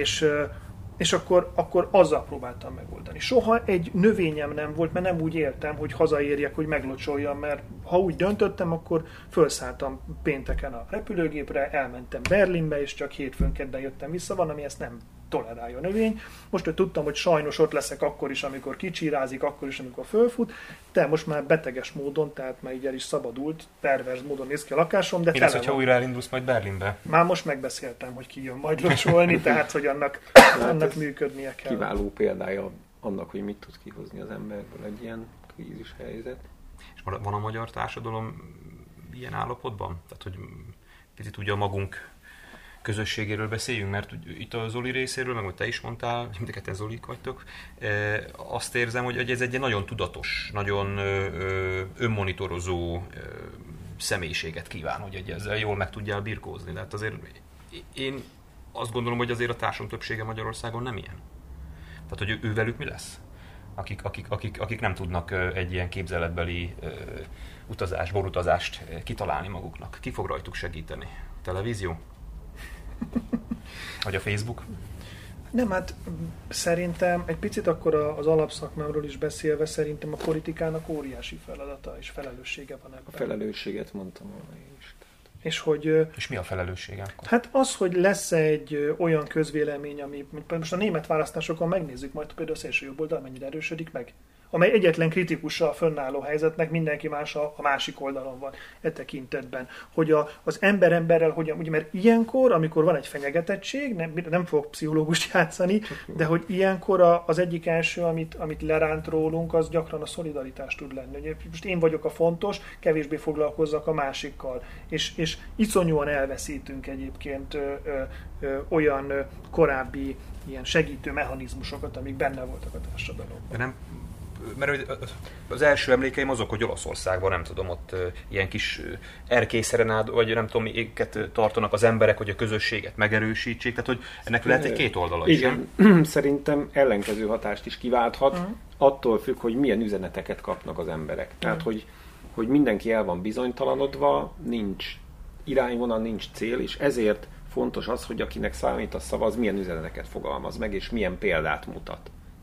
és akkor azzal próbáltam megoldani. Soha egy növényem nem volt, mert nem úgy éltem, hogy hazaérjek, hogy meglocsoljam, mert ha úgy döntöttem, akkor felszálltam pénteken a repülőgépre, elmentem Berlinbe, és csak hétfőn kedden jöttem vissza, van, ami ezt nem tolerálja a növény. Most hogy tudtam, hogy sajnos ott leszek akkor is, amikor kicsirázik, akkor is, amikor fölfut, de most már beteges módon, tehát már így el is szabadult, perverz módon néz ki a lakásom, de mi lesz, hogyha újra elindulsz majd Berlinbe? Már most megbeszéltem, hogy ki jön majd locsolni, tehát hogy annak működnie kell. Kiváló példája annak, hogy mit tud kihozni az emberből egy ilyen krízis helyzet. És van a magyar társadalom ilyen állapotban? Tehát, hogy picit ugye a magunk közösségéről beszéljünk, mert itt a Zoli részéről, meg hogy te is mondtál, mindketten Zolik vagytok, azt érzem, hogy ez egy nagyon tudatos, nagyon önmonitorozó személyiséget kíván, hogy ezzel jól meg tudjál birkózni. Tehát azért én azt gondolom, hogy azért a társadalom többsége Magyarországon nem ilyen. Tehát, hogy ővelük mi lesz? Akik nem tudnak egy ilyen képzeletbeli borutazást kitalálni maguknak. Ki fog rajtuk segíteni? A televízió? Vagy a Facebook? Nem, hát szerintem egy picit akkor az alapszakmámról is beszélve, szerintem a politikának óriási feladata és felelőssége van ebben. A felelősséget mondtam volna én is. És mi a felelőssége akkor? Hát az, hogy lesz egy olyan közvélemény, ami most a német választásokon megnézzük majd, például a szélső jobb oldal mennyire erősödik meg, amely egyetlen kritikusa a fönnálló helyzetnek, mindenki más a másik oldalon van e tekintetben. Hogy az emberrel hogyan, ugye, mert ilyenkor, amikor van egy fenyegetettség, nem fogok pszichológust játszani, de hogy ilyenkor az egyik első, amit leránt rólunk, az gyakran a szolidaritás tud lenni. Ugye, most én vagyok a fontos, kevésbé foglalkozzak a másikkal. És iszonyúan elveszítünk egyébként olyan korábbi ilyen segítő mechanizmusokat, amik benne voltak a társadalomban. Mert az első emlékeim azok, hogy Olaszországban, nem tudom, ott ilyen kis erkélyszerenád, vagy nem tudom, miket tartanak az emberek, hogy a közösséget megerősítsék, tehát hogy ennek lehet egy két oldala is. Igen, szerintem ellenkező hatást is kiválthat, attól függ, hogy milyen üzeneteket kapnak az emberek. Tehát, hogy mindenki el van bizonytalanodva, nincs irányvonal, nincs cél, és ezért fontos az, hogy akinek számít a szava, az milyen üzeneteket fogalmaz meg, és milyen példát mutat.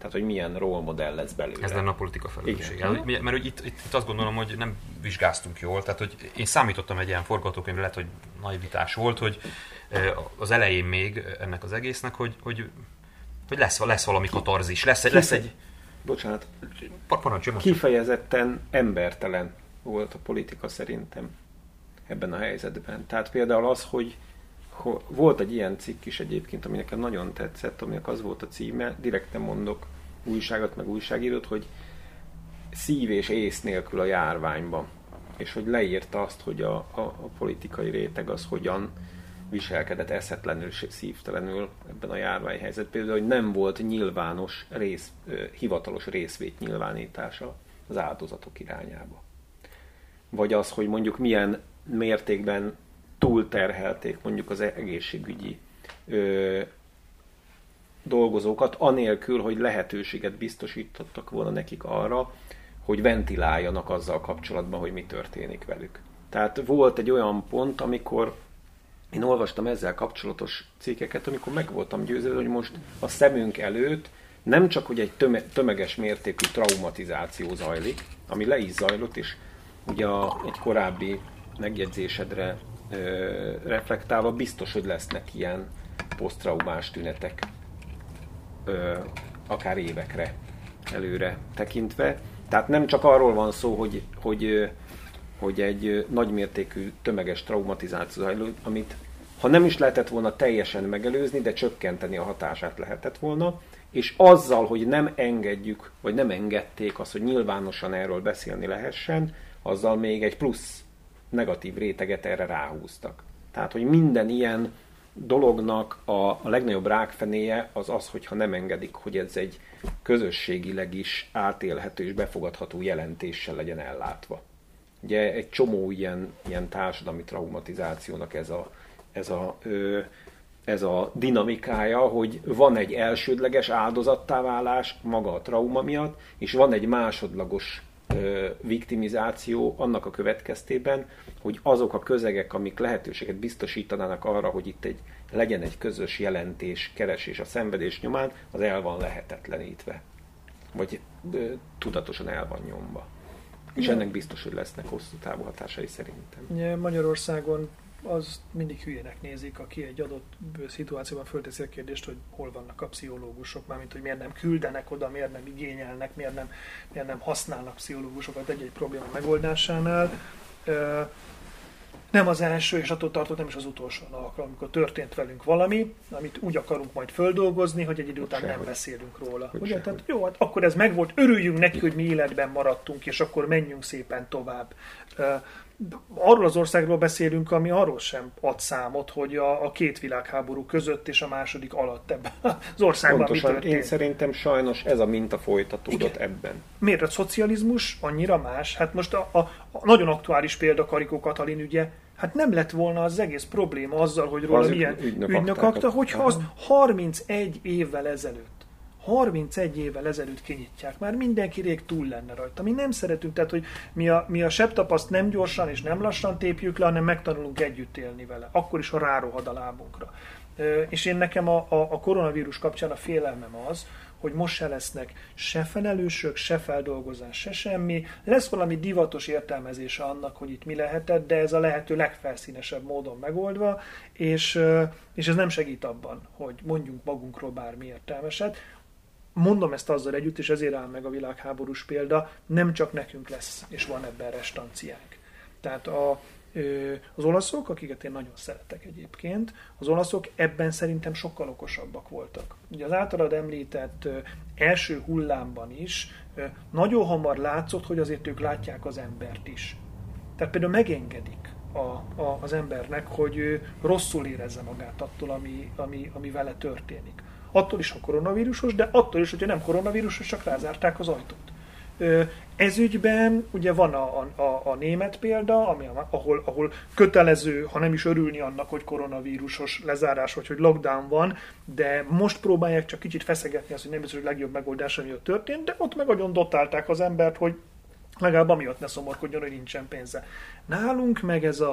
Tehát, hogy milyen role modell lesz belőle. Ez lenne a politika felelőssége. Mert hogy itt azt gondolom, hogy nem vizsgáztunk jól. Tehát, hogy én számítottam egy ilyen forgatókönyvre, lehet, hogy naivitás volt, hogy az elején még ennek az egésznek, hogy lesz valami katarzis, lesz egy... Bocsánat. Parancsolj, kifejezetten embertelen volt a politika szerintem ebben a helyzetben. Tehát például az, hogy volt egy ilyen cikk is egyébként, ami nekem nagyon tetszett, aminek az volt a címe, direkt nem mondok újságot meg újságírót, hogy szív és ész nélkül a járványban. És hogy leírta azt, hogy a politikai réteg az hogyan viselkedett eszetlenül, szívtelenül ebben a járványhelyzetben. Például, hogy nem volt nyilvános hivatalos részvétnyilvánítása az áldozatok irányába. Vagy az, hogy mondjuk milyen mértékben túlterhelték mondjuk az egészségügyi dolgozókat, anélkül, hogy lehetőséget biztosítottak volna nekik arra, hogy ventiláljanak azzal kapcsolatban, hogy mi történik velük. Tehát volt egy olyan pont, amikor én olvastam ezzel kapcsolatos cikkeket, amikor meg voltam győződve, hogy most a szemünk előtt nem csak, hogy egy tömeges mértékű traumatizáció zajlik, ami le is zajlott, és ugye egy korábbi megjegyzésedre reflektálva biztos, hogy lesznek ilyen posztraumás tünetek, akár évekre előre tekintve. Tehát nem csak arról van szó, hogy egy nagymértékű tömeges traumatizáció zajlott, amit ha nem is lehetett volna teljesen megelőzni, de csökkenteni a hatását lehetett volna, és azzal, hogy nem engedjük, vagy nem engedték azt, hogy nyilvánosan erről beszélni lehessen, azzal még egy plusz negatív réteget erre ráhúztak. Tehát, hogy minden ilyen dolognak a legnagyobb rákfenéje az, hogyha nem engedik, hogy ez egy közösségileg is átélhető és befogadható jelentéssel legyen ellátva. Ugye egy csomó ilyen társadalmi traumatizációnak ez a dinamikája, hogy van egy elsődleges áldozattá válás maga a trauma miatt, és van egy másodlagos viktimizáció annak a következtében, hogy azok a közegek, amik lehetőséget biztosítanának arra, hogy itt legyen egy közös jelentés, keresés a szenvedés nyomán, az el van lehetetlenítve. Vagy tudatosan el van nyomva. És ennek biztos, hogy lesznek hosszú távú hatásai szerintem. Magyarországon az mindig hülyének nézik, aki egy adott szituációban fölteszi a kérdést, hogy hol vannak a pszichológusok, mármint hogy miért nem küldenek oda, miért nem igényelnek, miért nem használnak pszichológusokat egy probléma megoldásánál. Nem az első, és attól tartott nem is az utolsó alkalom, amikor történt velünk valami, amit úgy akarunk majd földolgozni, hogy egy idő után nem beszélünk róla. Ugye? Tehát jó, hát akkor ez megvolt, örüljünk neki, hogy mi életben maradtunk, és akkor menjünk szépen tovább. Arról az országról beszélünk, ami arról sem ad számot, hogy a két világháború között és a második alatt ebben az országban pontosan, mi történt. Én szerintem sajnos ez a minta folytatódott ebben. Miért a szocializmus annyira más? Hát most a nagyon aktuális példa Karikó Katalin ügye, hát nem lett volna az egész probléma azzal, hogy róla milyen ügynökakta, hogyha az 31 évvel ezelőtt kinyitják. Már mindenki rég túl lenne rajta. Mi nem szeretünk, tehát hogy mi a sebtapaszt nem gyorsan és nem lassan tépjük le, hanem megtanulunk együtt élni vele. Akkor is, ha rárohad a lábunkra. És én nekem a koronavírus kapcsán a félelmem az, hogy most se lesznek se felelősök, se feldolgozás, se semmi. Lesz valami divatos értelmezése annak, hogy itt mi lehetett, de ez a lehető legfelszínesebb módon megoldva, és ez nem segít abban, hogy mondjunk magunkról bármi értelmeset. Mondom ezt azzal együtt, és ezért áll meg a világháborús példa, nem csak nekünk lesz, és van ebben restanciánk. Tehát az olaszok, akiket én nagyon szeretek egyébként, az olaszok ebben szerintem sokkal okosabbak voltak. Ugye az általad említett első hullámban is nagyon hamar látszott, hogy azért ők látják az embert is. Tehát például megengedik az embernek, hogy ő rosszul érezze magát attól, ami vele történik. Attól is, ha koronavírusos, de attól is, hogyha nem koronavírusos, csak rázárták az ajtót. Ez ügyben ugye van a német példa, ahol kötelező, ha nem is örülni annak, hogy koronavírusos lezárás, vagy hogy lockdown van, de most próbálják csak kicsit feszegetni azt, hogy nem biztos, hogy legjobb megoldás, ami ott történt, de ott meg nagyon dotálták az embert, hogy legalább amiatt ne szomorkodjon, hogy nincsen pénze. Nálunk meg ez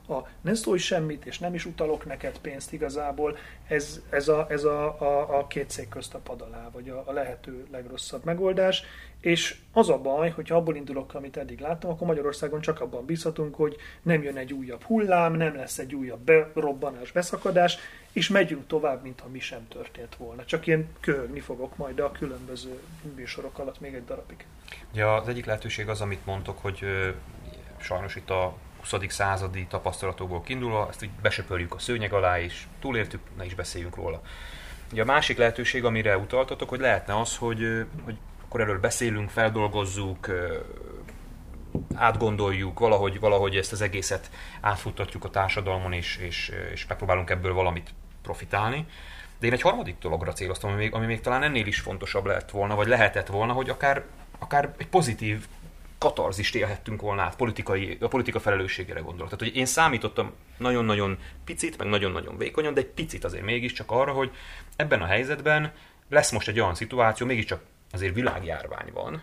nem szólj semmit, és nem is utalok neked pénzt igazából, ez a két szék közt a pad alá, vagy a lehető legrosszabb megoldás. És az a baj, hogyha abból indulok, amit eddig láttam, akkor Magyarországon csak abban bízhatunk, hogy nem jön egy újabb hullám, nem lesz egy újabb berobbanás, beszakadás, és megyünk tovább, mintha mi sem történt volna. Csak én köhögni fogok majd a különböző műsorok alatt még egy darabig. Ja, az egyik lehetőség az, amit mondtok, hogy sajnos itt a 20. századi tapasztalatokból kiindulva, ezt így besöpörjük a szőnyeg alá, és túléltük, ne is beszéljünk róla. Ugye a másik lehetőség, amire utaltatok, hogy lehetne az, hogy akkor erről beszélünk, feldolgozzuk, átgondoljuk, valahogy ezt az egészet átfuttatjuk a társadalmon, és megpróbálunk ebből valamit profitálni. De én egy harmadik dologra céloztam, ami még talán ennél is fontosabb lett volna, vagy lehetett volna, hogy akár egy pozitív katarzist élhettünk volna át, a politika felelősségére gondolok. Tehát, hogy én számítottam nagyon-nagyon picit, meg nagyon-nagyon vékonyan, de egy picit azért mégiscsak arra, hogy ebben a helyzetben lesz most egy olyan szituáció, mégiscsak azért világjárvány van,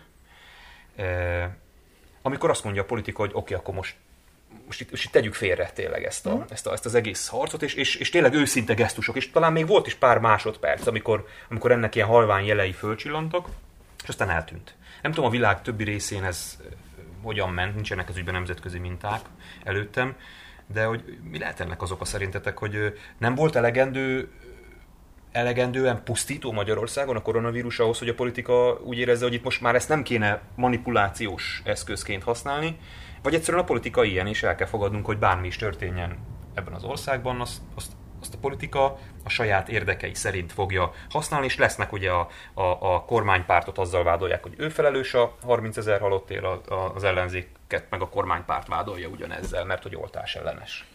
amikor azt mondja a politika, hogy oké, akkor most itt tegyük félre tényleg ezt az egész harcot, és tényleg őszinte gesztusok, és talán még volt is pár másodperc, amikor ennek ilyen halvány jelei fölcsillantak, és aztán eltűnt. Nem tudom, a világ többi részén ez hogyan ment, nincsenek az ügyben nemzetközi minták előttem, de hogy mi lehet ennek az oka szerintetek, hogy nem volt elegendően pusztító Magyarországon a koronavírus ahhoz, hogy a politika úgy érezze, hogy itt most már ezt nem kéne manipulációs eszközként használni, vagy egyszerűen a politika ilyen, és el kell fogadnunk, hogy bármi is történjen ebben az országban, azt a politika a saját érdekei szerint fogja használni, és lesznek ugye a kormánypártot azzal vádolják, hogy ő felelős a 30 000 halottért, az ellenzéket meg a kormánypárt vádolja ugyanezzel, mert hogy oltás ellenes.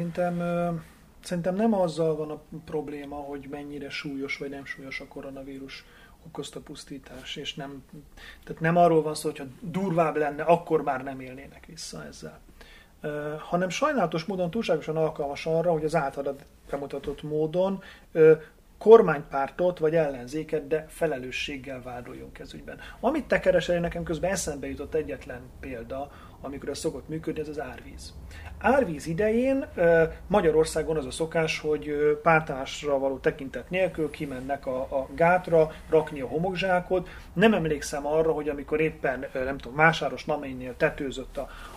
Szerintem nem azzal van a probléma, hogy mennyire súlyos vagy nem súlyos a koronavírus okozta pusztítás, és tehát nem arról van szó, hogyha durvább lenne, akkor már nem élnének vissza ezzel. Hanem sajnálatos módon túlságosan alkalmas arra, hogy az általad bemutatott módon kormánypártot vagy ellenzéket, de felelősséggel vádoljunk ez ügyben. Amit te keresel, nekem közben eszembe jutott egyetlen példa, amikor ez szokott működni, ez az árvíz. Árvíz idején Magyarországon az a szokás, hogy pártállásra való tekintet nélkül kimennek a gátra, rakni a homokzsákot. Nem emlékszem arra, hogy amikor éppen, nem tudom, Másáros Naménynél tetőzött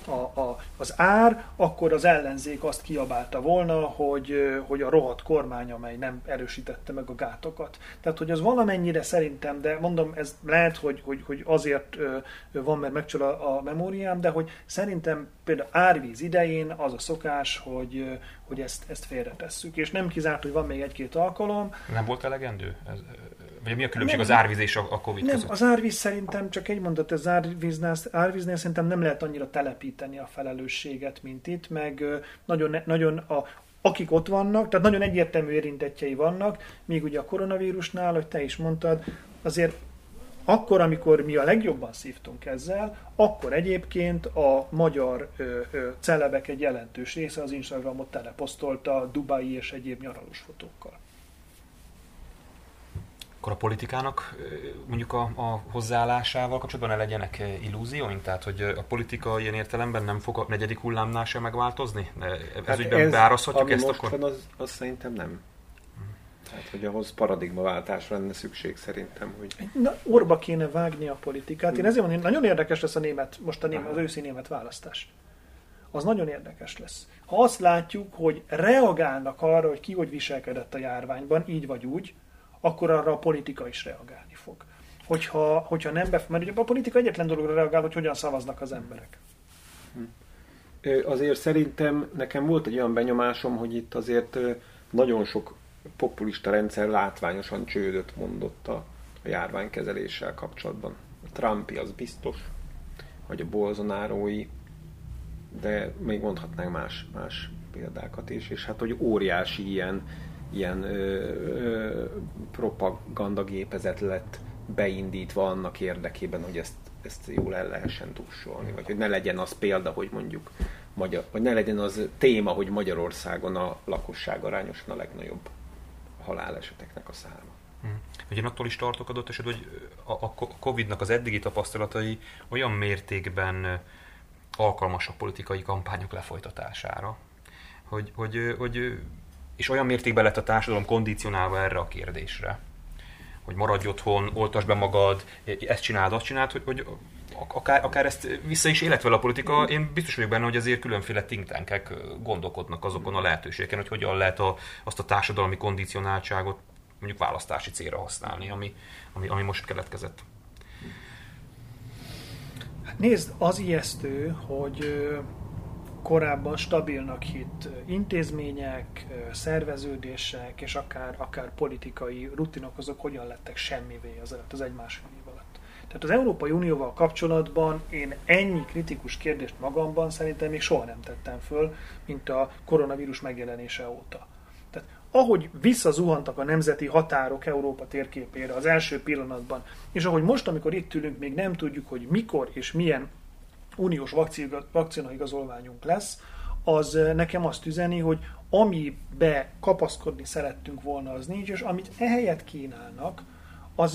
az ár, akkor az ellenzék azt kiabálta volna, hogy a rohadt kormány, amely nem erősítette meg a gátokat. Tehát, hogy az valamennyire szerintem, de mondom, ez lehet, hogy azért van, mert megcsal a memóriám, de hogy szerintem például árvíz idején az a szokás, hogy ezt félretesszük. És nem kizárt, hogy van még egy-két alkalom. Nem volt elegendő? Vagy mi a különbség az árvíz és a Covid között? Nem, az árvíz szerintem, csak egy mondat, az árvíznél szerintem nem lehet annyira telepíteni a felelősséget, mint itt, meg nagyon akik ott vannak, tehát nagyon egyértelmű érintettjei vannak, míg ugye a koronavírusnál, hogy te is mondtad, azért akkor, amikor mi a legjobban szívtunk ezzel, akkor egyébként a magyar celebek egy jelentős része az Instagramot teleposztolta Dubai és egyéb nyaralós fotókkal. Akkor a politikának mondjuk a hozzáállásával kapcsolatban ne legyenek illúzióink? Tehát, hogy a politika ilyen értelemben nem fog a negyedik hullámnál sem megváltozni? Ez ügyben beárazhatjuk ezt most akkor? Van, az szerintem nem. Tehát, hogy ahhoz paradigmaváltásra lenne szükség szerintem, hogy... Orba kéne vágni a politikát. Én ezért mondom, nagyon érdekes lesz az őszi német választás. Az nagyon érdekes lesz. Ha azt látjuk, hogy reagálnak arra, hogy ki hogy viselkedett a járványban, így vagy úgy, akkor arra a politika is reagálni fog. Hogyha nem mert ugye a politika egyetlen dologra reagál, hogy hogyan szavaznak az emberek. Azért szerintem nekem volt egy olyan benyomásom, hogy itt azért nagyon sok populista rendszer látványosan csődöt mondott a járványkezeléssel kapcsolatban. A Trumpi az biztos, vagy a Bolsonarói, de még mondhatnánk más példákat is, és hát, hogy óriási ilyen propagandagépezet lett beindítva annak érdekében, hogy ezt jól el lehessen tussolni, vagy hogy ne legyen az példa, hogy mondjuk vagy ne legyen az téma, hogy Magyarországon a lakosság arányosan a legnagyobb haláleseteknek a száma. Ugye én attól is tartok adott esetben, hogy a Covid-nak az eddigi tapasztalatai olyan mértékben alkalmasak politikai kampányok lefolytatására, és olyan mértékben lett a társadalom kondicionálva erre a kérdésre, hogy maradj otthon, oltasd be magad, ezt csináld, azt csináld, hogy akár ezt vissza is élet vele a politika. Én biztos vagyok benne, hogy azért különféle think tankek gondolkodnak azokon a lehetőségeken, hogy hogyan lehet azt a társadalmi kondicionáltságot mondjuk választási célra használni, ami most keletkezett. Nézd, az ijesztő, hogy korábban stabilnak hitt intézmények, szerveződések és akár politikai rutinok, azok hogyan lettek semmivé az egy-másfél év alatt. Tehát az Európai Unióval kapcsolatban én ennyi kritikus kérdést magamban szerintem még soha nem tettem föl, mint a koronavírus megjelenése óta. Tehát ahogy visszazuhantak a nemzeti határok Európa térképére az első pillanatban, és ahogy most, amikor itt ülünk, még nem tudjuk, hogy mikor és milyen uniós vakcinaigazolványunk lesz, az nekem azt üzeni, hogy amibe kapaszkodni szerettünk volna, az nincs, és amit ehelyett kínálnak, az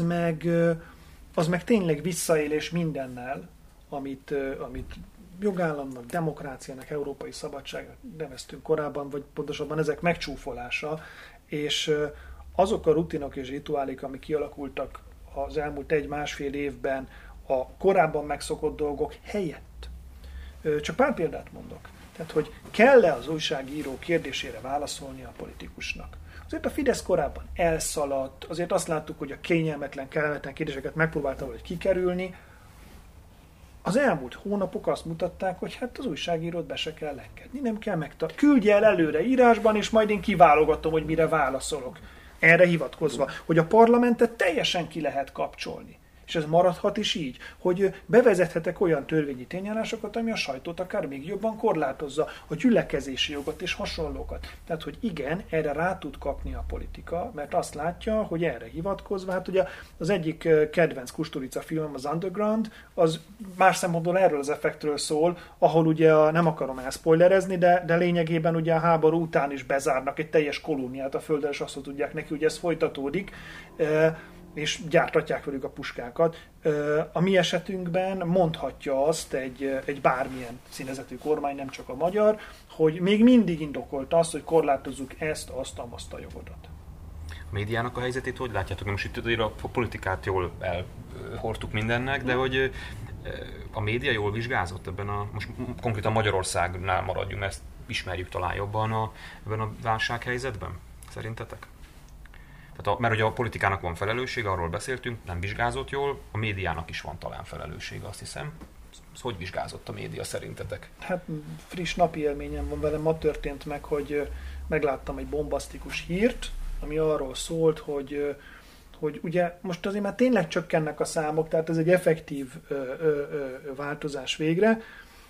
meg tényleg visszaélés mindennel, amit jogállamnak, demokráciának, európai szabadságnak neveztünk korábban, vagy pontosabban ezek megcsúfolása, és azok a rutinok és rituálik, amik kialakultak az elmúlt egy-másfél évben a korábban megszokott dolgok helyett. Csak pár példát mondok. Tehát, hogy kell-e az újságíró kérdésére válaszolni a politikusnak? Azért a Fidesz korábban elszaladt, azért azt láttuk, hogy a kényelmetlen, kellemetlen kérdéseket megpróbálta valahogy kikerülni. Az elmúlt hónapok azt mutatták, hogy hát az újságírót be se kell engedni, nem kell küldje el előre írásban, és majd én kiválogatom, hogy mire válaszolok. Erre hivatkozva, hogy a parlamentet teljesen ki lehet kapcsolni. És ez maradhat is így, hogy bevezethetek olyan törvényi tényállásokat, ami a sajtót akár még jobban korlátozza, a gyülekezési jogot és hasonlókat. Tehát, hogy igen, erre rá tud kapni a politika, mert azt látja, hogy erre hivatkozva, hát ugye az egyik kedvenc Kusturica filmem, az Underground, az más szempontból erről az effektről szól, ahol ugye nem akarom elspoilerezni, de lényegében ugye a háború után is bezárnak egy teljes kolóniát a Földre, és azt tudják neki, hogy ez folytatódik, és gyártatják velük a puskákat. A mi esetünkben mondhatja azt egy bármilyen színezetű kormány, nem csak a magyar, hogy még mindig indokolt azt, hogy korlátozzuk ezt, azt, azt a jogodat. A médiának a helyzetét hogy látjátok? Most itt a politikát jól elhordtuk mindennek, de hogy a média jól vizsgázott ebben most konkrétan Magyarországnál maradjunk, ezt ismerjük talán jobban ebben a válsághelyzetben? Szerintetek? Mert ugye a politikának van felelőssége, arról beszéltünk, nem vizsgázott jól, a médiának is van talán felelőssége, azt hiszem. Hogy vizsgázott a média szerintetek? Hát friss napi élményem van velem, ma történt meg, hogy megláttam egy bombasztikus hírt, ami arról szólt, hogy ugye most azért már tényleg csökkennek a számok, tehát ez egy effektív változás végre,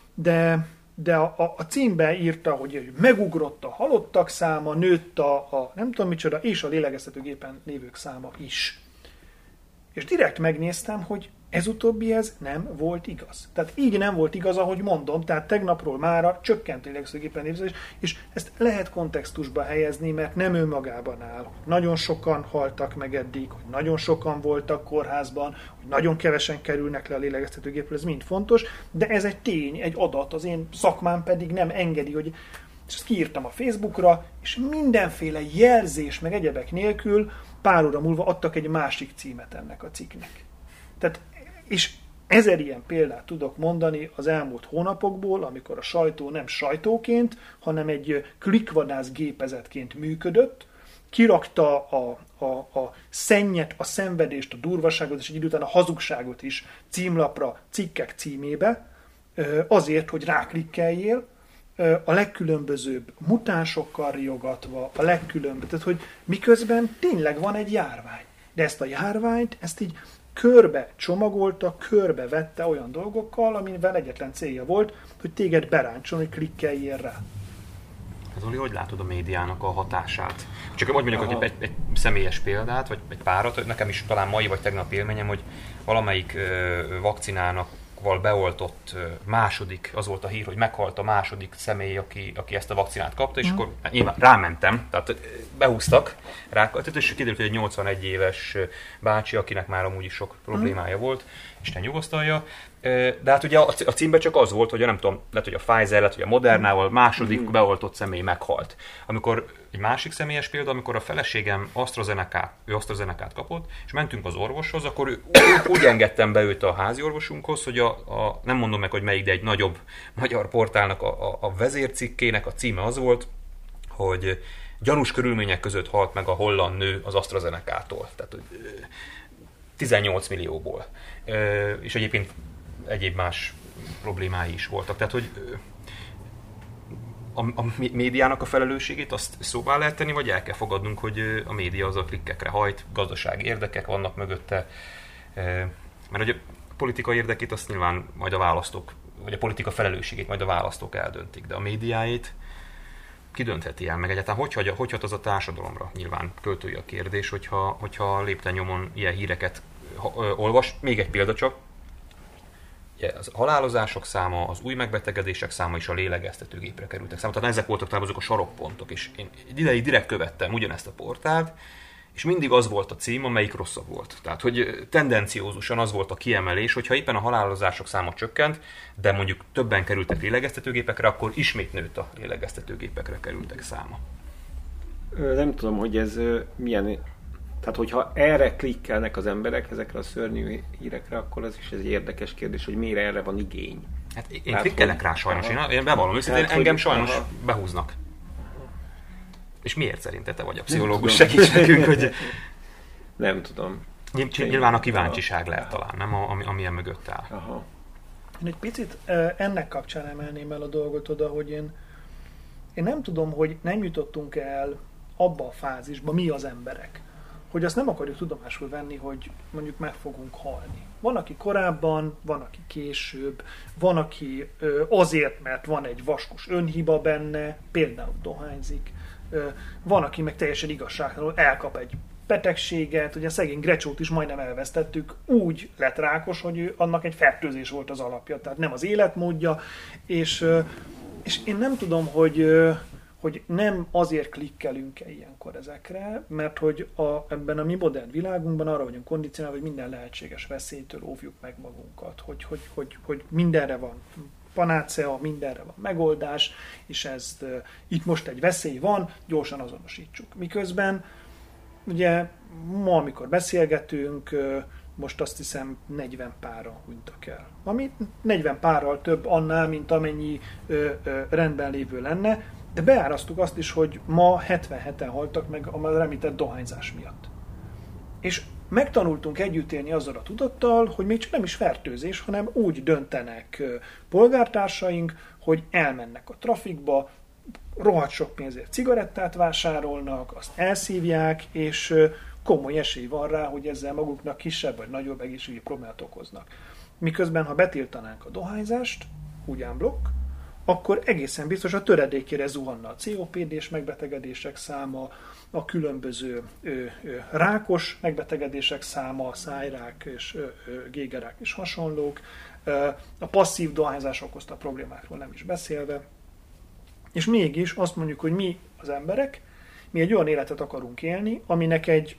de a címbe írta, hogy megugrott a halottak száma, nőtt a nem tudom micsoda, és a lélegeztetőgépen lévők száma is. És direkt megnéztem, hogy ez utóbbi nem volt igaz. Tehát így nem volt igaz, ahogy mondom, tehát tegnapról mára csökkent a lélegeztetőgépen lévő, és ezt lehet kontextusba helyezni, mert nem önmagában áll. Nagyon sokan haltak meg eddig, hogy nagyon sokan voltak kórházban, hogy nagyon kevesen kerülnek le a lélegeztetőgépről, ez mind fontos, de ez egy tény, egy adat, az én szakmám pedig nem engedi, hogy ezt kiírtam a Facebookra, és mindenféle jelzés, meg egyebek nélkül pár óra múlva adtak egy másik címet ennek a cikknek. Tehát, és 1000 ilyen példát tudok mondani az elmúlt hónapokból, amikor a sajtó nem sajtóként, hanem egy klikvadász gépezetként működött, kirakta a szennyet, a szenvedést, a durvaságot, és egy idő után a hazugságot is címlapra, cikkek címébe, azért, hogy ráklikkeljél, a legkülönbözőbb mutánsokkal riogatva, tehát hogy miközben tényleg van egy járvány. De ezt a járványt, ezt így körbe csomagolta, körbe vette olyan dolgokkal, amivel egyetlen célja volt, hogy téged beráncson, hogy klikkeljél rá. Hát Zoli, hogy látod a médiának a hatását? Csak hogy mondjuk hogy egy személyes példát, vagy egy párat, nekem is talán mai vagy tegnap élményem, hogy valamelyik vakcinának beoltott második, az volt a hír, hogy meghalt a második személy, aki ezt a vakcinát kapta, és akkor nyilván rámentem, tehát behúztak, és kiderült, hogy egy 81 éves bácsi, akinek már amúgy is sok problémája volt, Isten nyugosztalja. De hát ugye a címben csak az volt, hogy nem tudom, lehet, hogy a Pfizer, lehet, hogy a Modernával második beoltott személy meghalt. Amikor egy másik személyes példa, amikor a feleségem AstraZeneca-t kapott, és mentünk az orvoshoz, akkor úgy engedtem be őt a házi orvosunkhoz, hogy nem mondom meg, hogy melyik, de egy nagyobb magyar portálnak a vezércikkének a címe az volt, hogy gyanús körülmények között halt meg a holland nő az AstraZeneca-tól. Tehát 18 millióból. És egyébként egyéb más problémái is voltak. Tehát, hogy a médiának a felelősségét azt szóvá lehet tenni, vagy el kell fogadnunk, hogy a média az a klikkekre hajt, gazdasági érdekek vannak mögötte. Mert hogy a politika érdekét azt nyilván majd a választók, vagy a politika felelősségét majd a választók eldöntik, de a médiáit ki döntheti el, meg egyáltalán hogy hat az a társadalomra? Nyilván költői a kérdés, hogyha lépten nyomon ilyen híreket olvas. Még egy példa csak. Az halálozások száma, az új megbetegedések száma és a lélegeztetőgépre kerültek száma. Tehát ezek voltak talán azok a sarokpontok, és én ideig direkt követtem ugyanezt a portált, és mindig az volt a cím, amelyik rosszabb volt. Tehát, hogy tendenciózusan az volt a kiemelés, hogyha éppen a halálozások száma csökkent, de mondjuk többen kerültek lélegeztetőgépekre, akkor ismét nőtt a lélegeztetőgépekre kerültek száma. Nem tudom, hogy ez milyen... Tehát, hogyha erre klikkelnek az emberek, ezekre a szörnyű hírekre, akkor az is egy érdekes kérdés, hogy miért erre van igény. Hát én klikkelek rá sajnos, én bevallom őszintén, engem sajnos behúznak. És miért szerinted te vagy a pszichológus? Segíts nekünk, hogy... Nem tudom. Nyilván a kíváncsiság lehet talán, nem? Amilyen mögött áll. Aha. Én egy picit ennek kapcsán emelném el a dolgot oda, hogy én nem tudom, hogy nem jutottunk el abba a fázisba, mi az emberek, hogy azt nem akarjuk tudomásul venni, hogy mondjuk meg fogunk halni. Van, aki korábban, van, aki később, van, aki azért, mert van egy vaskos önhiba benne, például dohányzik, van, aki meg teljesen igazságtalanul elkap egy betegséget, ugye a szegény Grecsót is majdnem elvesztettük, úgy lett rákos, hogy annak egy fertőzés volt az alapja, tehát nem az életmódja, és én nem tudom, hogy nem azért klikkelünk-e ilyenkor ezekre, mert hogy ebben a mi modern világunkban arra vagyunk kondicionálva, hogy minden lehetséges veszélytől óvjuk meg magunkat, hogy mindenre van panácea, mindenre van megoldás, és itt most egy veszély van, gyorsan azonosítsuk. Miközben ugye ma, amikor beszélgetünk, most azt hiszem 40 pára hunytak el. Ami 40 párral több annál, mint amennyi rendben lévő lenne, de beárasztuk azt is, hogy ma 77-en haltak meg a már említett dohányzás miatt. És megtanultunk együtt élni azzal a tudattal, hogy még csak nem is fertőzés, hanem úgy döntenek polgártársaink, hogy elmennek a trafikba, rohadt sok pénzért cigarettát vásárolnak, azt elszívják, és komoly esély van rá, hogy ezzel maguknak kisebb vagy nagyobb egészségügyi problémát okoznak. Miközben, ha betiltanánk a dohányzást, úgy blokk, akkor egészen biztos a töredékére zuhanna a COPD-s megbetegedések száma, a különböző rákos megbetegedések száma, szájrák és gégerák és hasonlók, a passzív dohányzás okozta problémákról nem is beszélve. És mégis azt mondjuk, hogy mi az emberek, mi egy olyan életet akarunk élni, aminek egy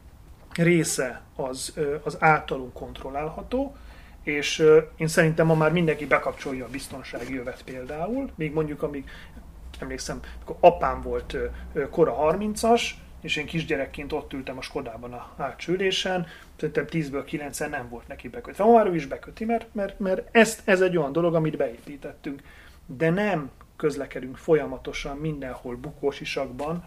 része az általunk kontrollálható, és én szerintem ma már mindenki bekapcsolja a biztonsági jövet például, még mondjuk amíg, emlékszem, amikor apám volt kora 30-as, és én kisgyerekként ott ültem a Skodában a átsülésen, szerintem 10-ből 9-en nem volt neki bekötve. Ma már ő is beköti, mert ez egy olyan dolog, amit beépítettünk. De nem közlekedünk folyamatosan mindenhol bukósisakban,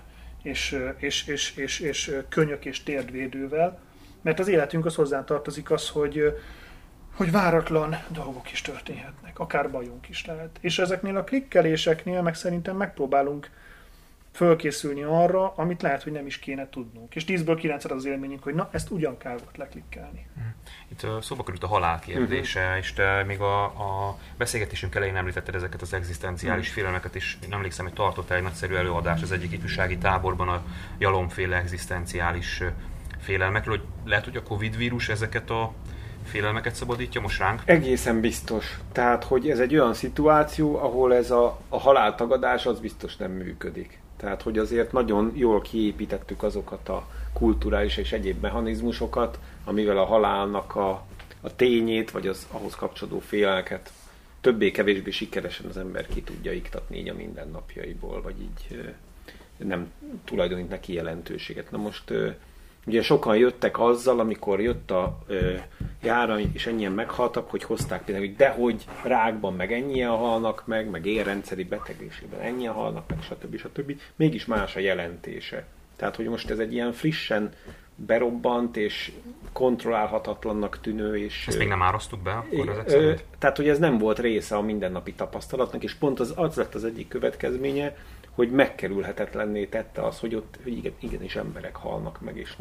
és könyök és térdvédővel, mert az életünk az hozzá tartozik az, hogy váratlan dolgok is történhetnek, akár bajunk is lehet. És ezeknél a klikkeléseknél meg szerintem megpróbálunk fölkészülni arra, amit lehet, hogy nem is kéne tudnunk. És 10-ből 9 az élményünk, hogy na, ezt ugyan kell volt leklikkelni. Itt szóba került a halál kérdése, és te még a beszélgetésünk elején említetted ezeket az egzisztenciális félelmeket, és én emlékszem, hogy tartottál egy nagyszerű előadás az egyik ifjúsági táborban a jalomféle egzisztenciális félelmekről, hogy lehet, hogy a Covid vírus ezeket a félelmeket szabadítja most ránk? Egészen biztos. Tehát, hogy ez egy olyan szituáció, ahol ez a haláltagadás az biztos nem működik. Tehát, hogy azért nagyon jól kiépítettük azokat a kulturális és egyéb mechanizmusokat, amivel a halálnak a tényét, vagy az ahhoz kapcsolódó félelmeket többé-kevésbé sikeresen az ember ki tudja iktatni így a mindennapjaiból, vagy így nem tulajdonít neki jelentőséget. Na most ugye sokan jöttek azzal, amikor jött a járvány, és ennyien meghaltak, hogy hozták például, hogy dehogy rákban meg ennyien halnak meg érrendszeri betegségben ennyien halnak meg, stb. Mégis más a jelentése. Tehát, hogy most ez egy ilyen frissen berobbant és kontrollálhatatlannak tűnő, és... Ezt még nem árasztuk be akkor ezek szerint? Tehát, hogy ez nem volt része a mindennapi tapasztalatnak, és pont az lett az egyik következménye, hogy megkerülhetetlenné tette az, hogy ott igenis emberek halnak meg, és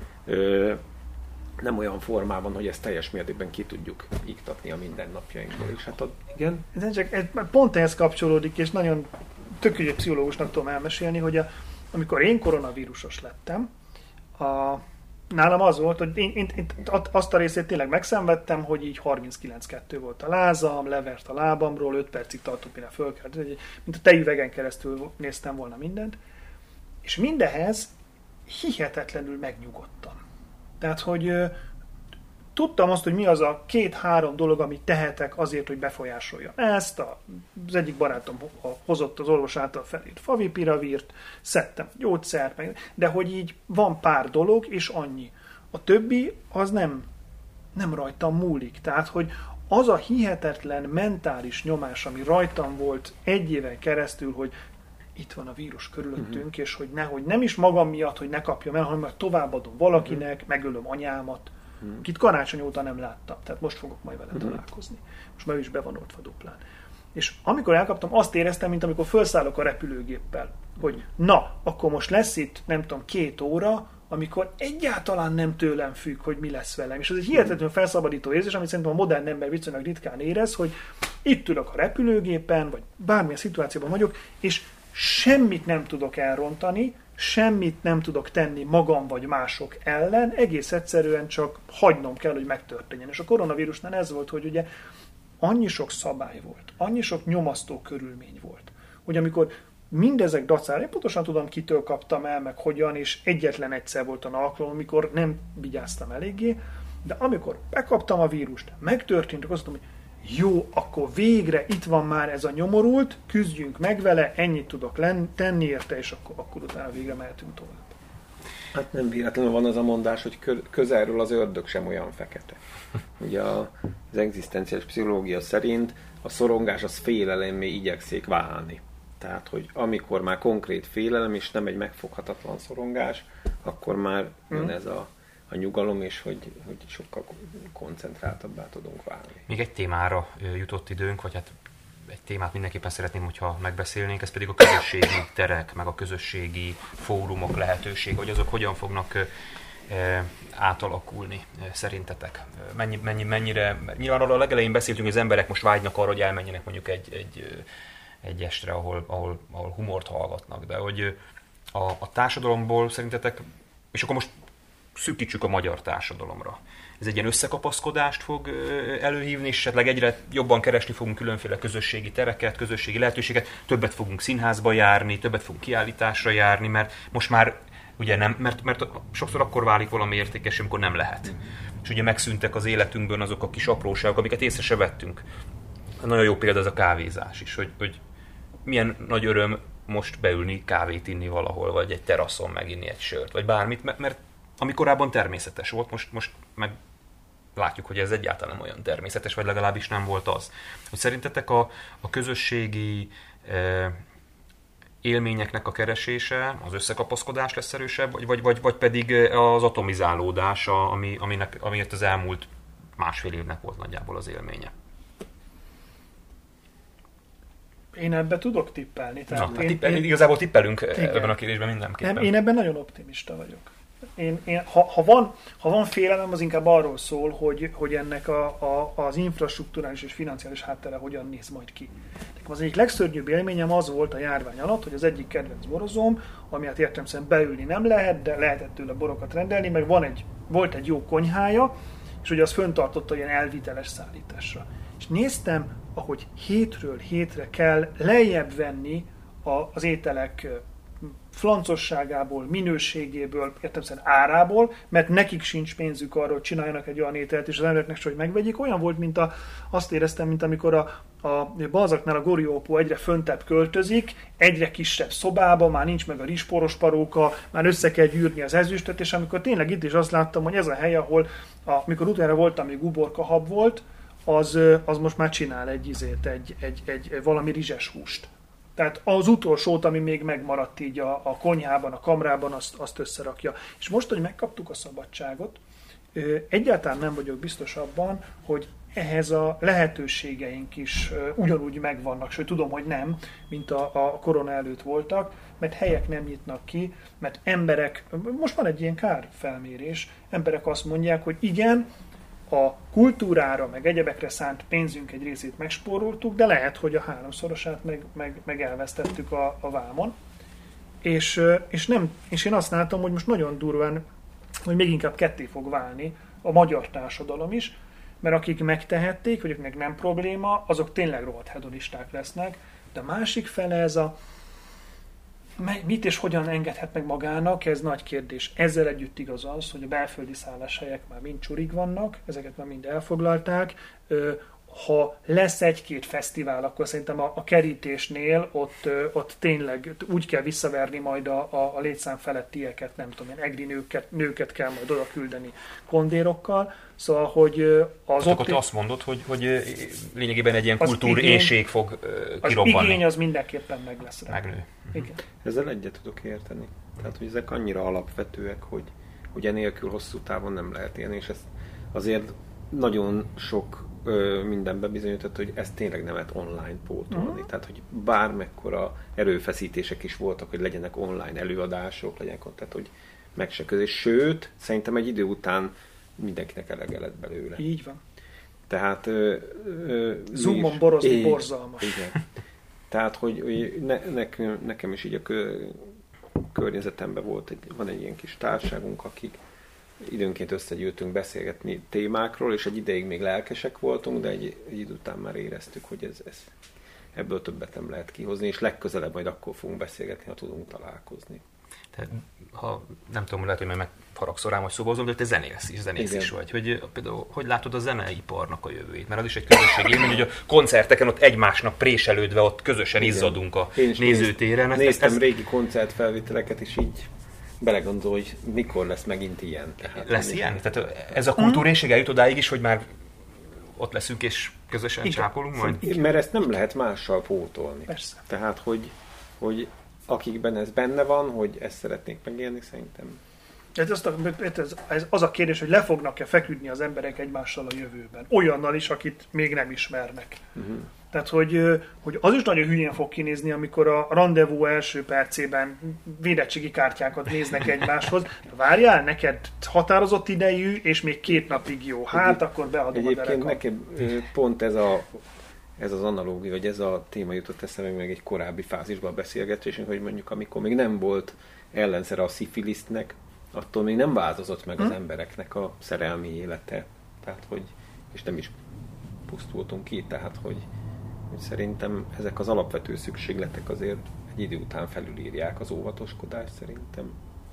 nem olyan formában, hogy ezt teljes mértékben ki tudjuk iktatni a mindennapjainkból. És hát igen. Pont ehhez kapcsolódik, és nagyon tök ügyes pszichológusnak tudom elmesélni, hogy amikor én koronavírusos lettem, nálam az volt, hogy én azt a részét tényleg megszenvedtem, hogy így 39,2 volt a lázam, levert a lábamról, 5 percig tartott, mire fölkelt, mint a tejüvegen keresztül néztem volna mindent, és mindehez hihetetlenül megnyugodtam. Tehát, hogy tudtam azt, hogy mi az a 2-3 dolog, amit tehetek azért, hogy befolyásoljam ezt. Az egyik barátom hozott az orvos által felírt favipiravírt, szedtem gyógyszert, de hogy így van pár dolog, és annyi. A többi az nem rajtam múlik. Tehát, hogy az a hihetetlen mentális nyomás, ami rajtam volt 1 éven keresztül, hogy itt van a vírus körülöttünk, és hogy nehogy nem is magam miatt, hogy ne kapjam el, hanem mert továbbadom valakinek, megölöm anyámat, akit karácsony óta nem láttam. Tehát most fogok majd vele találkozni. Most már ő is be van oltva duplán. És amikor elkaptam, azt éreztem, mint amikor felszállok a repülőgéppel, hogy na, akkor most lesz itt, nem tudom, 2 óra, amikor egyáltalán nem tőlem függ, hogy mi lesz velem. És ez egy hihetetlenül felszabadító érzés, amit szerintem a modern ember viszonylag ritkán érez, hogy itt ülök a repülőgépen, vagy bármilyen szituációban vagyok, és semmit nem tudok elrontani, semmit nem tudok tenni magam vagy mások ellen, egész egyszerűen csak hagynom kell, hogy megtörténjen. És a koronavírusnál ez volt, hogy ugye annyi sok szabály volt, annyi sok nyomasztó körülmény volt, hogy amikor mindezek dacára, én pontosan tudom, kitől kaptam el, meg hogyan, és egyetlen egyszer volt a alkalom, amikor nem vigyáztam eléggé, de amikor bekaptam a vírust, megtörtént, akkor azt mondom, hogy jó, akkor végre itt van már ez a nyomorult, küzdjünk meg vele, ennyit tudok tenni érte, és akkor utána végre mehetünk tovább. Hát nem véletlenül van az a mondás, hogy közelről az ördög sem olyan fekete. Ugye az egzisztenciális pszichológia szerint a szorongás az félelemmé igyekszik válni. Tehát, hogy amikor már konkrét félelem, és nem egy megfoghatatlan szorongás, akkor már jön ez a nyugalom, és hogy sokkal koncentráltabbá tudunk válni. Még egy témára jutott időnk, vagy hát egy témát mindenképpen szeretném, hogyha megbeszélnénk, ez pedig a közösségi terek, meg a közösségi fórumok lehetőség, hogy azok hogyan fognak átalakulni szerintetek? Mennyire, nyilván a legelején beszéltünk, hogy az emberek most vágynak arra, hogy elmenjenek mondjuk egy estre, ahol humort hallgatnak, de hogy a társadalomból szerintetek, és akkor most szűkítsük a magyar társadalomra. Ez egy ilyen összekapaszkodást fog előhívni, és esetleg egyre jobban keresni fogunk különféle közösségi tereket, közösségi lehetőséget, többet fogunk színházba járni, többet fogunk kiállításra járni, mert most már ugye nem, mert sokszor akkor válik valami értékes, amikor nem lehet. És ugye megszűntek az életünkből azok a kis apróságok, amiket észre se vettünk. Nagyon jó példa ez a kávézás is, hogy milyen nagy öröm most beülni, kávét inni valahol, vagy egy teraszon meginni egy sört, vagy bármit, mert ami korábban természetes volt, most meg látjuk, hogy ez egyáltalán nem olyan természetes, vagy legalábbis nem volt az. Hogy szerintetek a közösségi élményeknek a keresése, az összekapaszkodás lesz erősebb, vagy pedig az atomizálódás, amiért az elmúlt 1,5 évnek volt nagyjából az élménye? Én ebben tudok tippelni. Tehát igazából tippelünk ebben a kérdésben mindenképpen. Nem, én ebben nagyon optimista vagyok. Ha van félelem, az inkább arról szól, hogy ennek az infrastrukturális és financiális háttere hogyan néz majd ki. Az egyik legszörnyűbb élményem az volt a járvány alatt, hogy az egyik kedvenc borozóm, ami hát értelemszerűen beülni nem lehet, de lehetett tőle borokat rendelni, meg volt egy jó konyhája, és ugye az föntartotta ilyen elviteles szállításra. És néztem, ahogy hétről hétre kell lejjebb venni az ételek francosságából, minőségéből, értelemszerűen árából, mert nekik sincs pénzük arra, hogy csináljanak egy olyan ételt, és az embereknek se, hogy megvegyék. Olyan volt, mint azt éreztem, mint amikor a Balzacnál a Goriópó egyre föntebb költözik, egyre kisebb szobába, már nincs meg a rizsporos paróka, már össze kell gyűrni az ezüstöt, és amikor tényleg itt is azt láttam, hogy ez a hely, ahol amikor utoljára voltam, még uborkahab volt, az most már csinál egy valami rizses húst. Tehát az utolsót, ami még megmaradt így a konyhában, a kamrában, azt összerakja. És most, hogy megkaptuk a szabadságot, egyáltalán nem vagyok biztos abban, hogy ehhez a lehetőségeink is ugyanúgy megvannak, sőt tudom, hogy nem, mint a korona előtt voltak, mert helyek nem nyitnak ki, mert emberek, most van egy ilyen kárfelmérés, emberek azt mondják, hogy igen, a kultúrára, meg egyebekre szánt pénzünk egy részét megspóroltuk, de lehet, hogy a 3-szorosát meg elvesztettük a vámon. És én azt látom, hogy most nagyon durván, hogy még inkább ketté fog válni a magyar társadalom is, mert akik megtehették, vagy akiknek nem probléma, azok tényleg rohadt hedonisták lesznek, de a másik fele ez mit és hogyan engedhet meg magának, ez nagy kérdés. Ezzel együtt igaz az, hogy a belföldi szálláshelyek már mind csurig vannak, ezeket már mind elfoglalták. Ha lesz egy-két fesztivál, akkor szerintem a kerítésnél ott tényleg úgy kell visszaverni majd a létszám felettieket, nem tudom, egri nőket kell majd oda küldeni kondérokkal. Szóval, hogy ott azt mondod, hogy lényegében egy ilyen kultúrénség fog kirobbanni. Az igény az mindenképpen meg lesz rá. Megnő. Igen. Ezzel egyet tudok érteni. Tehát, hogy ezek annyira alapvetőek, hogy enélkül hosszú távon nem lehet élni, és ez azért nagyon sok mindenben bizonyított, hogy ezt tényleg nem lehet online pótolni. Tehát, hogy bármekkora erőfeszítések is voltak, hogy legyenek online előadások, legyenek ott, tehát, hogy meg se közés. Sőt, szerintem egy idő után mindenkinek elege lett belőle. Így van. Tehát Zoomon borozni borzalmas. Igen. Tehát, hogy nekem is így a környezetemben van egy ilyen kis társágunk, akik időnként összegyűltünk beszélgetni témákról, és egy ideig még lelkesek voltunk, de egy idő után már éreztük, hogy ebből többet nem lehet kihozni, és legközelebb majd akkor fogunk beszélgetni, ha tudunk találkozni. Tehát, ha nem tudom, lehet, hogy majd megharagszol rám, hogy szóbozom, de te zenész is vagy. Hogy, például, hogy látod a zeneiparnak a jövőjét? Mert az is egy közösség élmény, hogy a koncerteken ott egymásnak préselődve ott közösen izzadunk a nézőtéren. Néztem régi koncertfelvételeket, és így belegondol, hogy mikor lesz megint ilyen. Tehát, lesz ilyen? Tehát ez a kultúrénség eljut odáig is, hogy már ott leszünk és közösen csápolunk majd? Mert ezt nem lehet mással pótolni. Persze. Tehát, hogy akikben ez benne van, hogy ezt szeretnék megélni, szerintem. Ez az a kérdés, hogy le fognak-e feküdni az emberek egymással a jövőben. Olyannal is, akit még nem ismernek. Tehát, hogy az is nagyon hülyén fog kinézni, amikor a randevú első percében védettségi kártyákat néznek egymáshoz. Várjál, neked határozott idejű, és még 2 napig jó. Hát, akkor beadom a derekat. Egyébként nekem pont ez az analógia, vagy ez a téma jutott eszembe meg egy korábbi fázisban a beszélgetésünk, hogy mondjuk amikor még nem volt ellenszere a szifilisztnek, attól még nem változott meg az embereknek a szerelmi élete. Tehát, és nem is pusztultunk ki, tehát, hogy szerintem ezek az alapvető szükségletek azért egy idő után felülírják az óvatoskodást szerintem.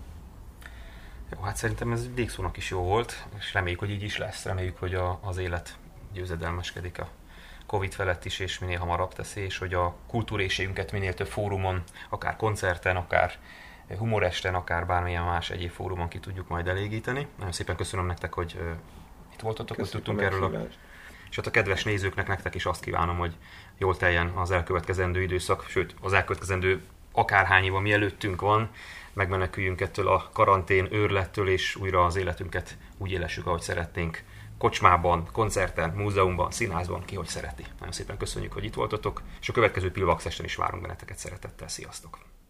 Jó, hát szerintem ez végszónak is jó volt, és reméljük, hogy így is lesz. Reméljük, hogy az élet győzedelmeskedik a Covid felett is, és minél hamarabb teszi, és hogy a kultúrészségünket minél több fórumon, akár koncerten, akár humoresten, akár bármilyen más egyéb fórumon ki tudjuk majd elégíteni. Nagyon szépen köszönöm nektek, hogy itt voltatok, hogy tudtunk erről. És hát a kedves nézőknek, nektek is azt kívánom, hogy jól teljen az elkövetkezendő időszak, sőt az elkövetkezendő akárhány év, ami előttünk van, megmeneküljünk ettől a karantén őrlettől, és újra az életünket úgy élessük, ahogy szeretnénk. Kocsmában, koncerten, múzeumban, színházban, ki hogy szereti. Nagyon szépen köszönjük, hogy itt voltatok, és a következő Pilvax esten is várunk benneteket szeretettel. Sziasztok!